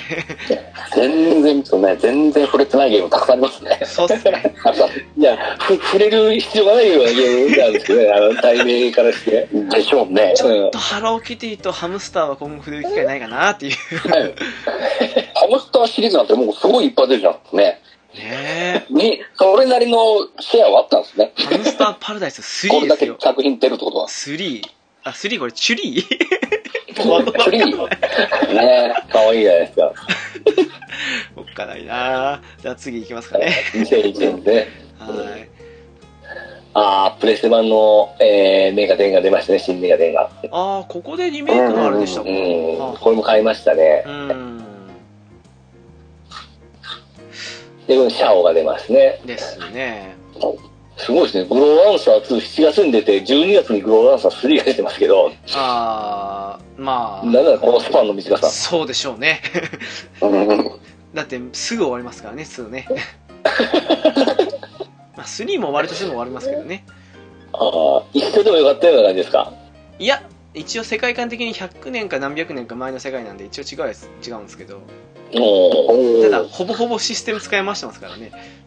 全然触れてないゲームたくさんありますね。 そうっすね。 いや、触れる必要がないようなゲームなんですけどね、題名からして。 でしょうね。 ちょっとハローキティとハムスターは今後触れる機会ないかなっていう。 ハムスターシリーズなんてもうすごいいっぱい出るじゃんね。 ねえ。それなりのシェアはあったんですね。 ハムスターパラダイス3ですよ。 これだけ作品出るってことは。 3これチュリー？ チュリーねかわいいじゃないですか。 おっかないな。じゃあ次いきますかね。 2001年で。 はい。 プレステ版の、メガテンが出ましたね、新メガテンが。 ここでリメイクもあるでしたか。 これも買いましたね。で、シャオが出ますね。 ですね。 すごいですね。グローアンサー2、7月に出て、12月にグローアンサー3が出てますけど。 まあ。 なんだこのスパンの短さ。 そうでしょうね。だって、すぐ終わりますからね、2ね。まあ、3も割とすぐ終わりますけどね。 一緒でもよかったような感じですか？ いや、一応世界観的に100年か何百年か前の世界なんで、一応違うんですけど。ただ、ほぼほぼシステム使い回してますからね。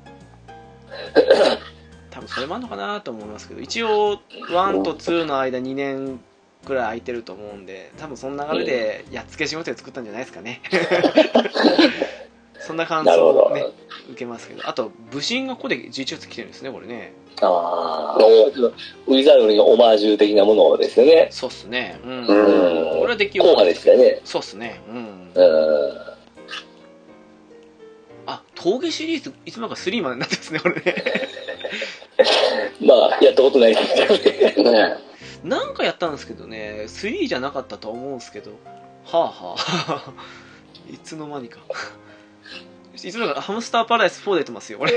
多分それもあるのかなと思いますけど、一応1と2の間2年くらい空いてると思うんで、多分その流れでやっつけ仕事で作ったんじゃないですかね。そんな感想をね受けますけど、あと武神がここで11月来てるんですね、これね。 ウィザードリーのオマージュ的なものですよね。 そうっすね。これはできよう。 硬派でしたよね。 そうっすね。峠シリーズいつもか3までになってますね、これね。 まあやったことないですけどね。 なんかやったんですけどね、3じゃなかったとは思うんですけど、いつの間にか。いつの間にかハムスターパラダイス4出てますよ、これ。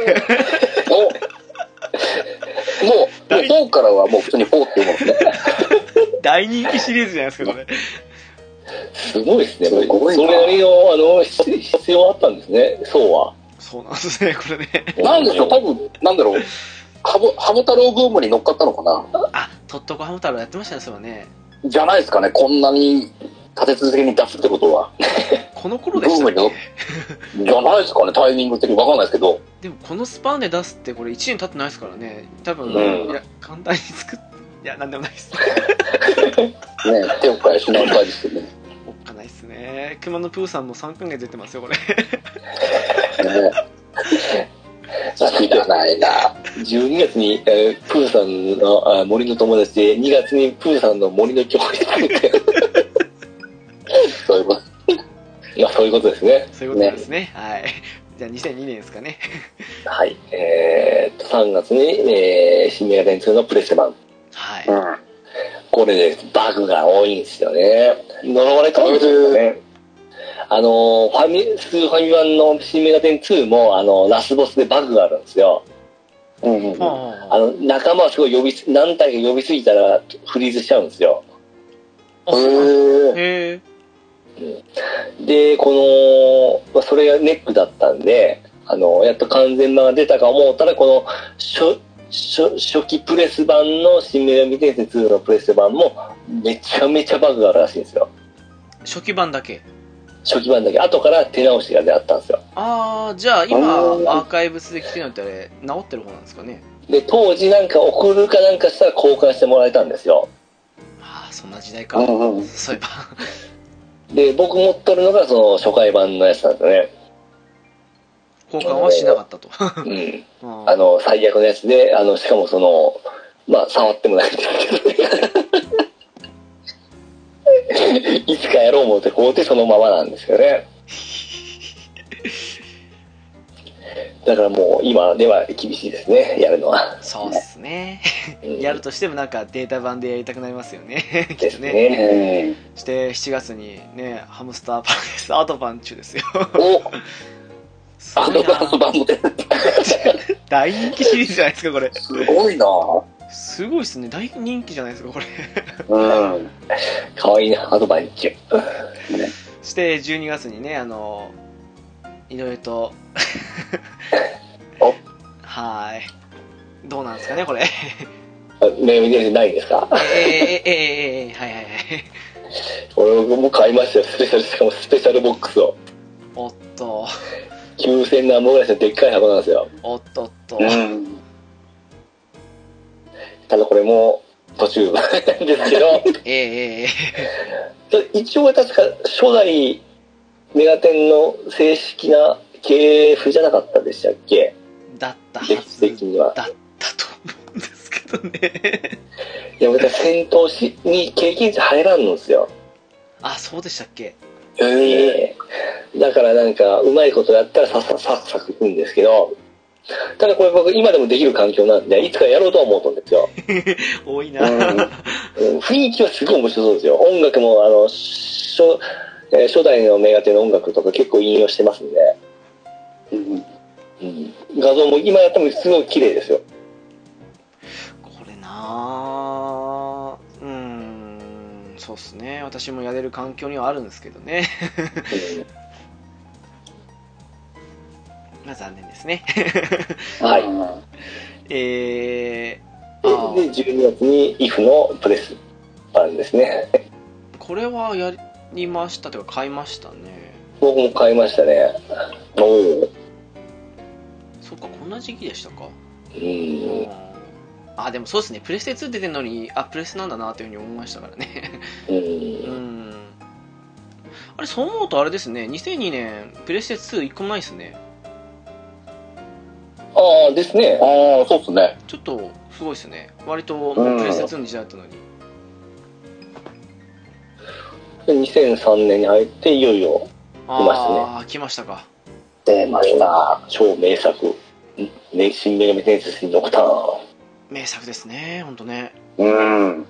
もう4からはもう普通に4っていうもんですね。 大人気シリーズじゃないですか、これ。 すごいですね。それなりの必要あったんですね、そうは。 そうなんですね、これね。 なんでしょう、多分、なんだろう、ハム太郎ブームに乗っかったのかな。 とっとこハム太郎やってましたね、そうはね。 じゃないですかね、こんなに立て続けに出すってことは。 この頃でしたっけ？ じゃないですかね、タイミング的に分かんないですけど。 でもこのスパンで出すってこれ1年経ってないですからね。多分、いや、簡単に作って、いや、なんでもないです。 ね、手を変え品を変えですよね。 おっかないっすね。 ね。熊野プーさんも3ヶ月出てますよ、これ。 知らないな。 12月に、プーさんの森の友達で、2月にプーさんの森の教室でそういうこと。 いや、そういうことですね。 そういうことですね。はい。じゃあ2002年ですかね。 はい。3月に、新メガテン2のプレステ版。 はい。 これでバグが多いんですよね。呪われたんですよね。スーファミ版の新メガテン2も、ラスボスでバグがあるんですよ。仲間はすごい何体か呼びすぎたらフリーズしちゃうんですよ。 へー。で、それがネックだったんで、やっと完全版が出たか思ったら、この初期プレス版の新女神転生2のプレス版もめちゃめちゃバグがあるらしいんですよ。 初期版だけ。 初期版だけ。後から手直しがあったんですよ。 じゃあ今アーカイブスで来てるのってあれ直ってる方なんですかね。 で、当時なんか送るかなんかしたら交換してもらえたんですよ。 そんな時代か。そういえば。 で、僕持っとるのがその初回版のやつなんですよね。 交換はしなかったと。 最悪のやつで、しかも触ってもないんですけど、いつかやろう思ってこうてそのままなんですよね。だからもう今では厳しいですね、やるのは。 そうですね。やるとしてもなんかデータ版でやりたくなりますよね。 ですね。 そして7月にね、ハムスターパラデスアドバンチュですよ。 アドバンス版も出る。 大人気シリーズじゃないですか、これ。 すごいな。 すごいですね。大人気じゃないですか、これ。 かわいいな、アドバンチュ。 そして12月にね、いろいろとはい。どうなんですかね、これ。 メールないんですか？ はいはいはい。 俺も買いましたよ、しかもスペシャルボックスを。 おっと。 9000何本ぐらいしたでっかい箱なんですよ。 おっとっと。 ただこれも途中なんですけど。一応確か初代メガテンの正式な系譜じゃなかったでしたっけ？ だったはず。 歴史的には。 だったと思うんですけどね。 いや、戦闘に経験値入らんのですよ。 そうでしたっけ？ だからなんか、うまいことやったらさっさくいくんですけど、ただこれ僕今でもできる環境なんで、いつかやろうとは思うとんですよ。 多いな。 雰囲気はすごい面白そうですよ。音楽も初代のメガテンの音楽とか結構引用してますんで。画像も今やってもすごい綺麗ですよ。 これそうっすね。私もやれる環境にはあるんですけどね。まあ残念ですね。 はい。で、12月に IF のプレス版ですね。 これはやりましたというか買いましたね。 僕も買いましたね。 そっか、こんな時期でしたか。でもそうですね、プレステ2出てるのにプレステなんだなというふうに思いましたからね。あれ、そう思うとあれですね、2002年プレステ2 1個もないですね。 ですね。 そうっすね。 ちょっとすごいですね。割ともうプレステ2の時代だったのに。 2003年に入っていよいよ来ましたね。 来ましたか。 出ました。超名作。新女神転生ノクターン。 名作ですね、ほんとね。 面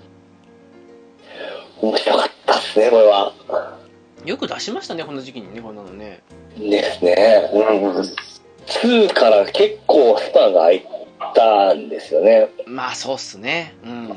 白かったっすね、これは。 よく出しましたね、この時期にね、こんなのね。 ですね。2から結構スパンが空いたんですよね。 まあ、そうっすね。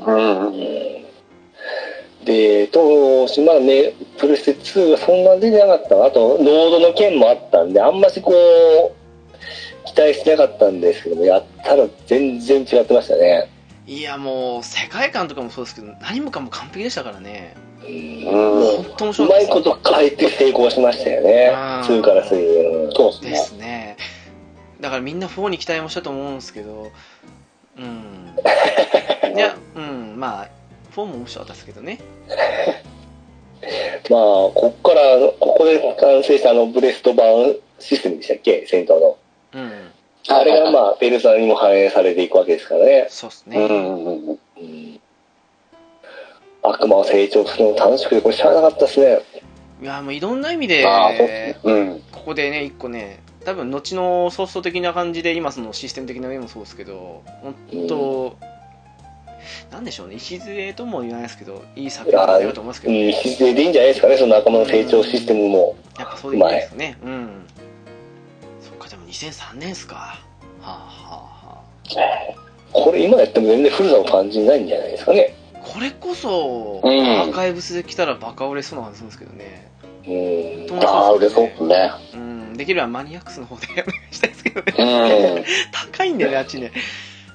で、当時まだね、プレステ2がそんな出てなかった。あと、ロードの件もあったんで、あんまし期待してなかったんですけども、やったら全然違ってましたね。 いや、もう世界観とかもそうですけど、何もかも完璧でしたからね。 本当面白かったです。うまいこと変えて成功しましたよね、2から3。 そうですね。だからみんな4に期待もしたと思うんですけど、いや、まあ4も面白かったですけどね。 ここで完成したブレスト版システムでしたっけ、戦闘の。 うん。 あれがペルソナにも反映されていくわけですからね。 そうですね。 悪魔を成長するの楽しくて、これ知らなかったですね。 いや、もういろんな意味で、ここでね、一個ね、多分後のソフト的な感じで、今そのシステム的な面もそうですけど、本当、なんでしょうね、礎とも言わないですけど、いい作品だよと思いますけど、ね。 礎でいいんじゃないですかね、その仲間の成長システムも。 やっぱそうでいいですよね。そっか、でも2003年ですか。 これ今やっても全然古さを感じないんじゃないですかね。 これこそ、アーカイブスで来たらバカ売れそうな感じするんですけどね。 売れそうですね。 できればマニアックスの方でお願いしたいですけどね。高いんだよね、あっちね。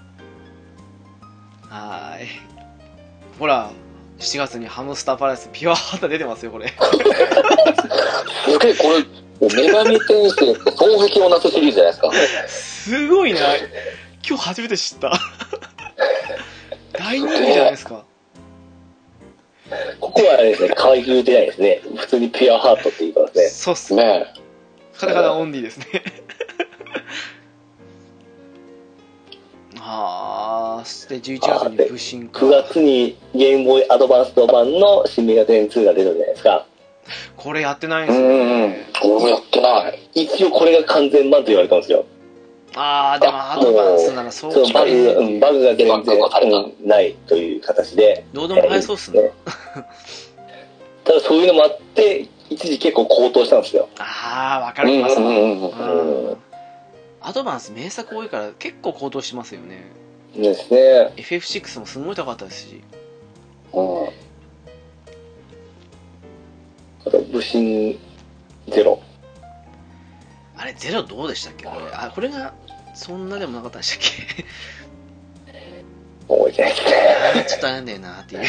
ほら、7月にハムスターパラダイスピュアハート出てますよ、これ。 すげえ、これ、女神転生って衝撃をなすシリーズじゃないですか。 すごいな。今日初めて知った。大人気じゃないですか。 ここはあれですね、可愛く言うてないですね。普通にピュアハートって言いますね。 そうっすね。カタカナオンリーですね。そして11月に武神か。 9月にゲームボーイアドバンスト版の新メガテン2が出るじゃないですか。 これやってないんですよね。 俺もやってない。 一応これが完全版と言われたんですよ。 でもアドバンスならそうバグが全然ないという形で。 どうでも早そうっすね。 ただそういうのもあって、一時結構高騰したんですよ。 わかります。アドバンス名作多いから結構高騰しますよね。 ですね。 FF6 もすごい高かったですし。 あと武神ゼロ。 あれゼロどうでしたっけ、これ。これがそんなでもなかったでしたっけ。 覚えてないですね。 ちょっとあれなんだよなっていう。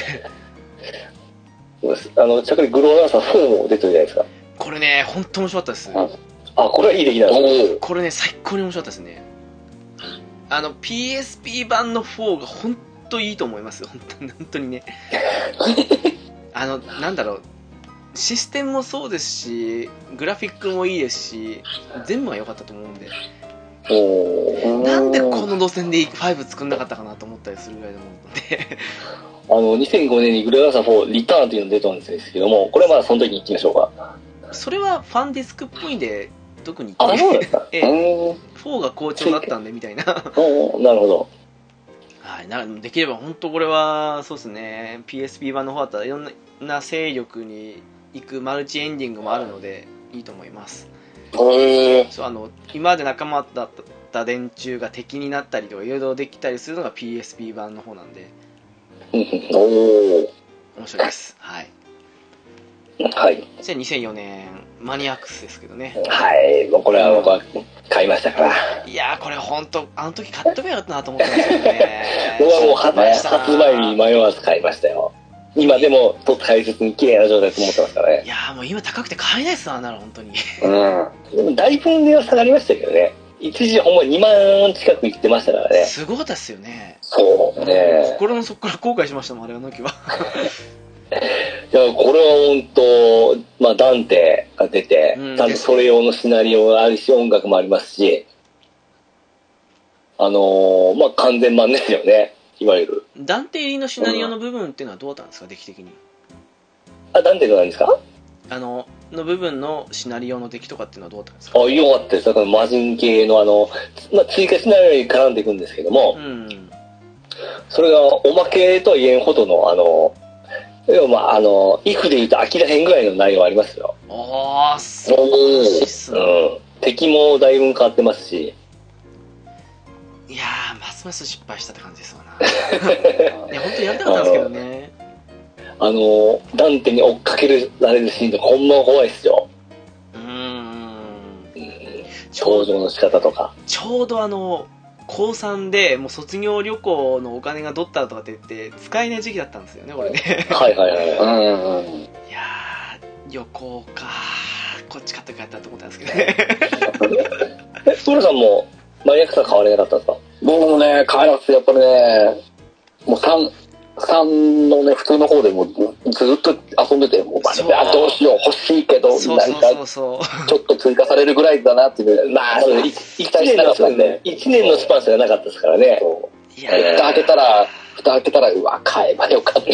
着にグローランサー4も出てるじゃないですか。 これね、ほんと面白かったです。 これはいい出来なんです。 これね、最高に面白かったですね。PSP 版の4がほんといいと思います。本当にね。なんだろう、システムもそうですし、グラフィックもいいですし、全部が良かったと思うんで。なんでこの路線で5作んなかったかなと思ったりするぐらいで思うので。 2005年にグローランサー4リターンというのが出たんですけども、これはまだその時に行きましょうか。 それはファンディスクっぽいんで、特に。 そうですか。 4が好調だったんでみたいな。なるほど。 できれば本当これはそうですね、 PSP 版の方だったらいろんな勢力に行くマルチエンディングもあるのでいいと思います。今まで仲間だった連中が敵になったりとかいろいろできたりするのが PSP 版の方なんで面白いです。はい。2004年マニアックスですけどね。 もうこれは僕は買いましたから。 いやー、これ本当あの時買っとけばよかったなと思ったんですけどね。 僕はもう発売日に迷わず買いましたよ。今でも大切に綺麗な状態と思ってますからね。 いやー、もう今高くて買えないですわ、なら本当に。 でもだいぶ値は下がりましたけどね。一時ほんま2万近くいってましたからね。 すごかったですよね。 そうね。 心の底から後悔しましたもん、あれの時は。 いや、これは本当、ダンテが出て、ちゃんとそれ用のシナリオがあるし、音楽もありますし、完全版ですよね、いわゆる。 ダンテ入りのシナリオの部分っていうのはどうだったんですか、出来的に。 ダンテが何ですか？ の部分のシナリオの出来とかっていうのはどうだったんですか？ よかったです。だから魔人系の追加シナリオに絡んでいくんですけども、それがおまけとは言えんほどのイフで言うと飽きらへんぐらいの内容ありますよ。 そうですね。 敵もだいぶ変わってますし。 いやー、ますます失敗したって感じですわな。いや、本当にやりたかったんですけどね。ダンテに追っかけられるシーンとかほんま怖いっすよ。登場の仕方とか。ちょうど高3でもう卒業旅行のお金がどったらとかって言って使えない時期だったんですよね、これね。いやー、旅行かこっち買って帰ったと思ったんですけどね。 ストールさんもマニアックさ買われなかったんですか？ 僕もね、買えなくて、やっぱりね、もう3 3のね、普通の方でもずっと遊んでて、もう、どうしよう、欲しいけど、なんか、ちょっと追加されるぐらいだなっていう。 まあ、1年のスパンね。1年のスパンしかなかったですからね。 蓋開けたら、うわ、買えばよかった。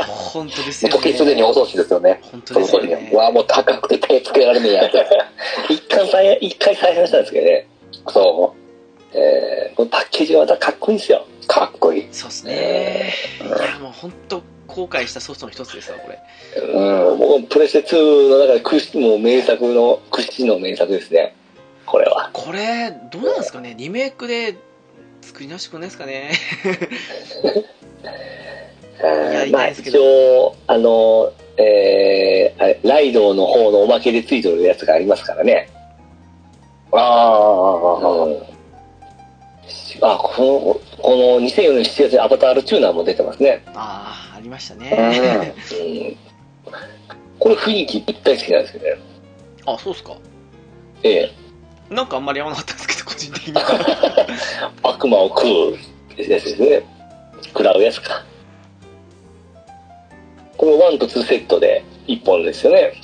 本当ですよね。 時すでに遅しですよね。 本当ですよね。 うわ、もう高くて手つけられねえやって。 一回再販したんですけどね。 そう。 このパッケージがまたかっこいいですよ。 かっこいい。 そうですね。いや、もう本当後悔したソフトの一つですわ、これ。 もうプレステ2の中でもう名作の、屈指の名作ですね。これは。 これ、どうなんですかね、リメイクで作り直してくんないですかね。 まあ一応、ライドの方のおまけでついてるやつがありますからね。この2004年7月にアバタールチューナーも出てますね。 ありましたね。 これ雰囲気ぴったり好きなんですけどね。 あ、そうっすか。 ええ。 なんかあんまり合わなかったんですけど、個人的には。 悪魔を食うやつですね。食らうやつか。この1と2セットで1本ですよね。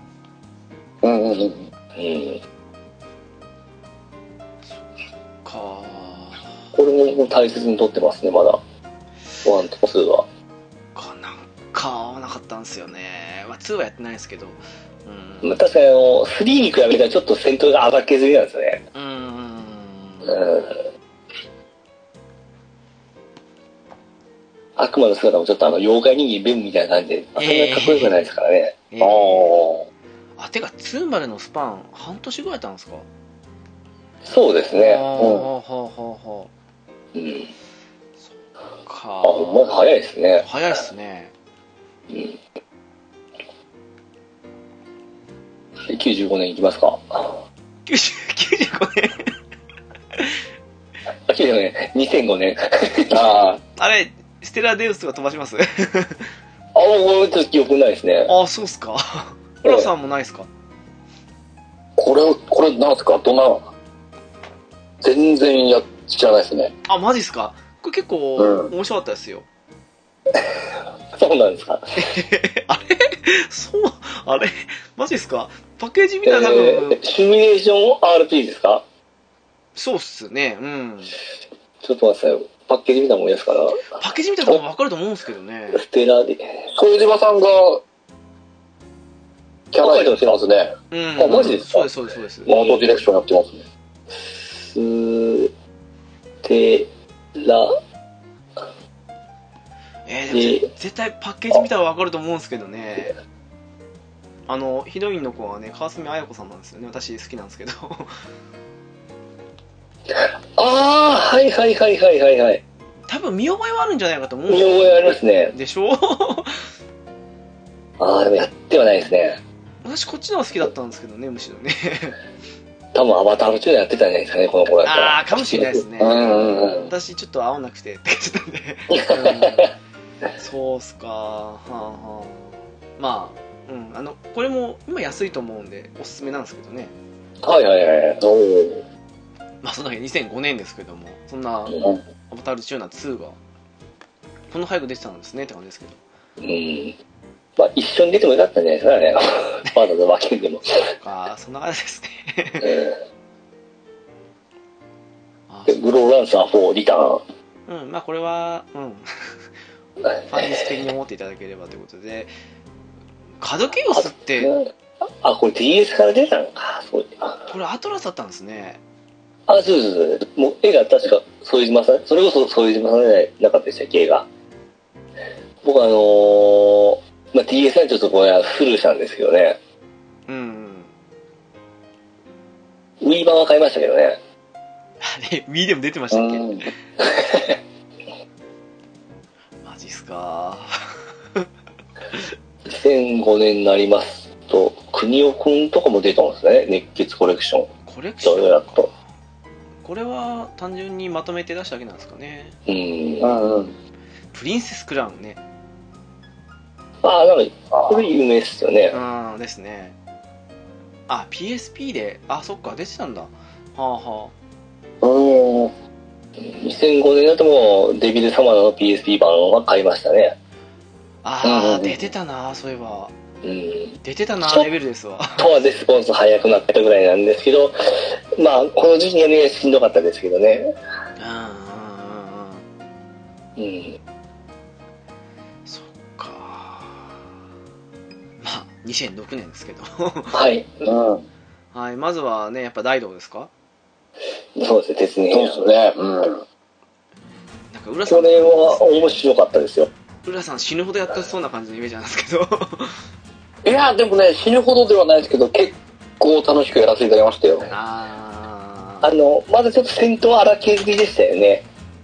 これも大切に取ってますね、まだ。1と2は。 なんか合わなかったんですよね。まあ、2はやってないですけど。 確かに3に比べたらちょっと戦闘が荒削りなんですよね。悪魔の姿もちょっと妖怪人間ベムみたいな感じで、そんなにかっこよくないですからね。 てか、2までのスパン、半年ぐらいだったんですか？ そうですね。まだ早いですね。 早いですね。 95年いきますか。 95年 95年、2005年。 あれ、ステラデウスとか飛ばします？ もうちょっと記憶ないですね。 そうっすか。フラさんもないっすか？ これなんですか？どんな、全然知らないですね。 マジっすか？これ結構面白かったですよ。 そうなんですか？ あれマジっすか？パッケージ見たら多分、 シミュレーション RP ですか？ そうっすね。 ちょっと待ってください。パッケージ見たもんですから。 パッケージ見たら多分分かると思うんですけどね。 ステラで。 副島さんが、キャラ描いてますね。 マジですか？ そうです。 アートディレクションやってますね。 ステラ。 でも絶対パッケージ見たら分かると思うんですけどね。ヒロインの子はね、川澄綾子さんなんですよね。私好きなんですけど。 はい。 多分見覚えはあるんじゃないかと思うんですよ。見覚えありますね。 でしょ？ でもやってはないですね。 私こっちの方が好きだったんですけどね、むしろね。 多分アバターの中でやってたんじゃないですかね、この頃だったら。 かもしれないですね。私ちょっと合わなくてって感じなんで。そうっすか。まあ、これも今安いと思うんでおすすめなんですけどね。まあその時2005年ですけども、そんなアバタールチューナー2がこの早く出てたんですねって感じですけど。 まあ一緒に出てもよかったんじゃないですかね。わざわざ分けんでも。 そんな感じですね。 グローランサー4リターン。まあこれはファンディス的に思っていただければということで、カドケオスってこれ DS から出たのか。 これアトラスだったんですね。 そうもう絵が確か副島さん、それこそ副島さんじゃなかったでしたっけ、絵が。僕DS はちょっとこれはフルしたんですけどね。ウィーバーは買いましたけどね。 Wii でも出てましたっけ？マジっすか。 2005年になりますと、国尾くんとかも出たんですね。熱血コレクション。 コレクションか。これは単純にまとめて出しただけなんですかね。プリンセスクラウンね。 なんか、これ有名ですよね。 ですね。PSP で、そっか、出てたんだ。 2005年だともうデビルサマーの PSP 版は買いましたね。 ああ、出てたな、そういえば。出てたな、レベルですわ。 とはレスポンス早くなったぐらいなんですけど、まあ、この時期にはね、しんどかったですけどね。 そっか。まあ、2006年ですけど。 はい。 はい、まずはね、やっぱ大道ですか？ そうですね、鉄人。 そうですね。 なんか浦さん、 これは面白かったですよ。 浦さん死ぬほどやったそうな感じのイメージなんですけど。 いや、でもね、死ぬほどではないですけど、結構楽しくやらせていただきましたよ。 まだちょっと戦闘荒削りでしたよね。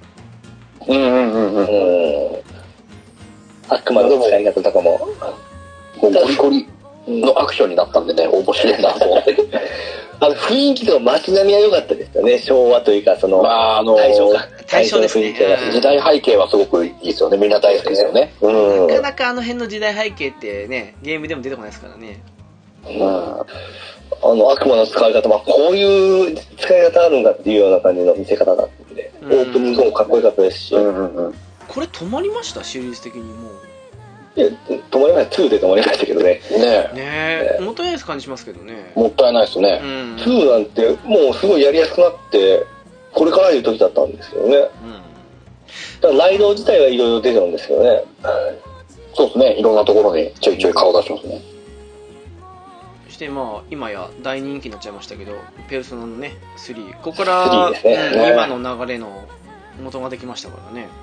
悪魔の使い方とかも。 もうゴリゴリのアクションになったんでね、面白いなと思って。 雰囲気と街並みは良かったですよね。昭和というか、 大正ですね。 時代背景はすごくいいですよね。みんな大好きですよね。 なかなかあの辺の時代背景ってね、ゲームでも出てこないですからね。 悪魔の使い方、こういう使い方あるんだっていうような感じの見せ方だったんで、オープニングもかっこよかったですし。 これ止まりました？シリーズ的にもう。 いや、止まりました。2で止まりましたけどね。 もったいない感じしますけどね。 もったいないですね。 2なんてもうすごいやりやすくなって、これからいう時だったんですよね。だからライド自体はいろいろ出てるんですけどね。 そうですね。いろんなところにちょいちょい顔出しますね。 そしてまあ今や大人気になっちゃいましたけど、ペルソナのね3、ここから今の流れの元ができましたからね。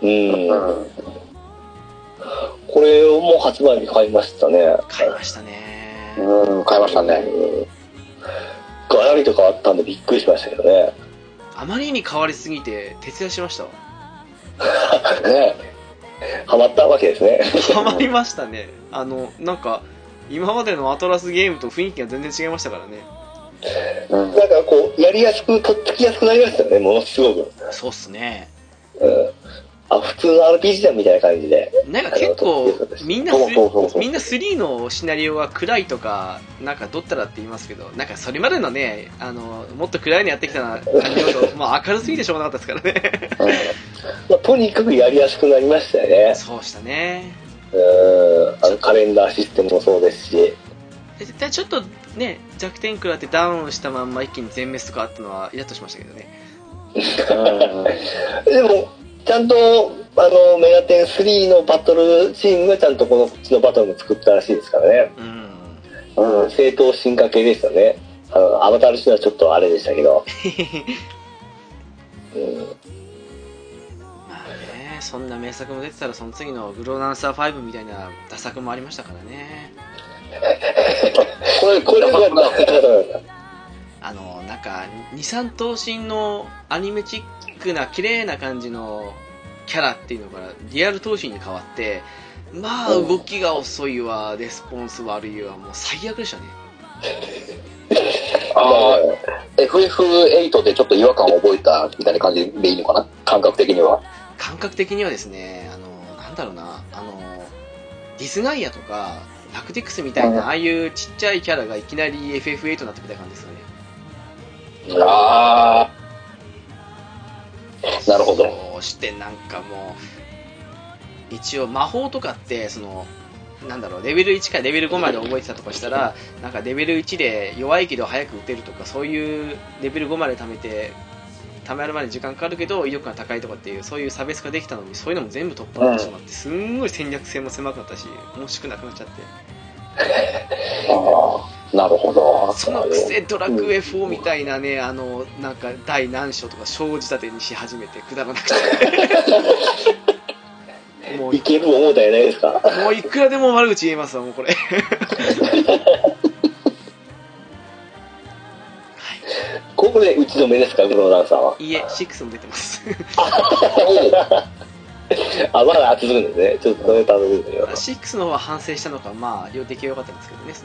これをもう発売日買いましたね。 買いましたね。 買いましたね。 ガラリと変わったんでびっくりしましたけどね。 あまりに変わりすぎて徹夜しましたわ。 ハマったわけですね。 ハマりましたね。なんか今までのアトラスゲームと雰囲気が全然違いましたからね。 なんかこうやりやすくとっつきやすくなりましたよね、ものすごく。 そうっすね。 普通の RPG だみたいな感じで。 なんか結構みんな3のシナリオは暗いとかなんかどったらって言いますけど、なんかそれまでのねもっと暗いのやってきた感じだとまあ明るすぎてしょうがなかったですからね。 とにかくやりやすくなりましたよね。 そうしたね。 カレンダーシステムもそうですし。 絶対ちょっとね弱点食らってダウンしたまんま一気に全滅とかあったのはイラッとしましたけどね。 でもちゃんとメガテン3のバトルチームがちゃんとこっちのバトルも作ったらしいですからね。正当進化系でしたね。アバターシーンはちょっとあれでしたけど。 まあね、そんな名作も出てたらその次のグローナンサー5みたいな打作もありましたからね。 これはなんか2,3頭身のアニメチックな綺麗な感じのキャラっていうのからリアル頭身に変わって、まあ動きが遅いわ、レスポンス悪いわ、もう最悪でしたね。 FF8 でちょっと違和感を覚えたみたいな感じでいいのかな、感覚的には。 感覚的にはですね、なんだろうな、ディスガイアとかラクティクスみたいな、ああいうちっちゃいキャラがいきなり FF8 になってみたいな感じですよね。 なるほど。 そしてなんかもう一応魔法とかってなんだろう、レベル1からレベル5まで覚えてたとかしたら、なんかレベル1で弱いけど早く打てるとか、そういうレベル5まで貯めるまで時間かかるけど威力が高いとかっていう、そういう差別化できたのに、そういうのも全部取っ払ってしまって、すんごい戦略性も狭くなったし、面白くなくなっちゃって。 なるほど。 そのくせドラクエ4みたいなね、なんか第何章とか小仕立てにし始めてくだらなくてもういける思うたやないですか。 もういくらでも悪口言えますわ、もうこれ。 ここで打ち止めですか、グローランさんは。 いいえ、6も出てます。 まだ続くんですね。ちょっとそれ頼むんだけど。 6の方は反省したのか、まあ、出来は良かったんですけどね。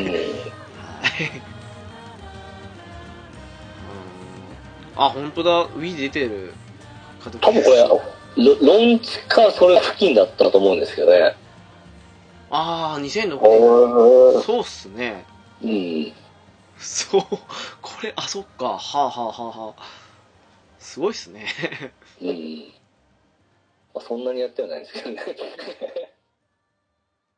本当だ、Wii で出てる。 多分これ、ロンチかそれ付近だったと思うんですけどね。 2006年。そうっすね。そう、これ、そっか、はあ。 すごいっすね。 うん。まあ、そんなにやってはないんですけどね。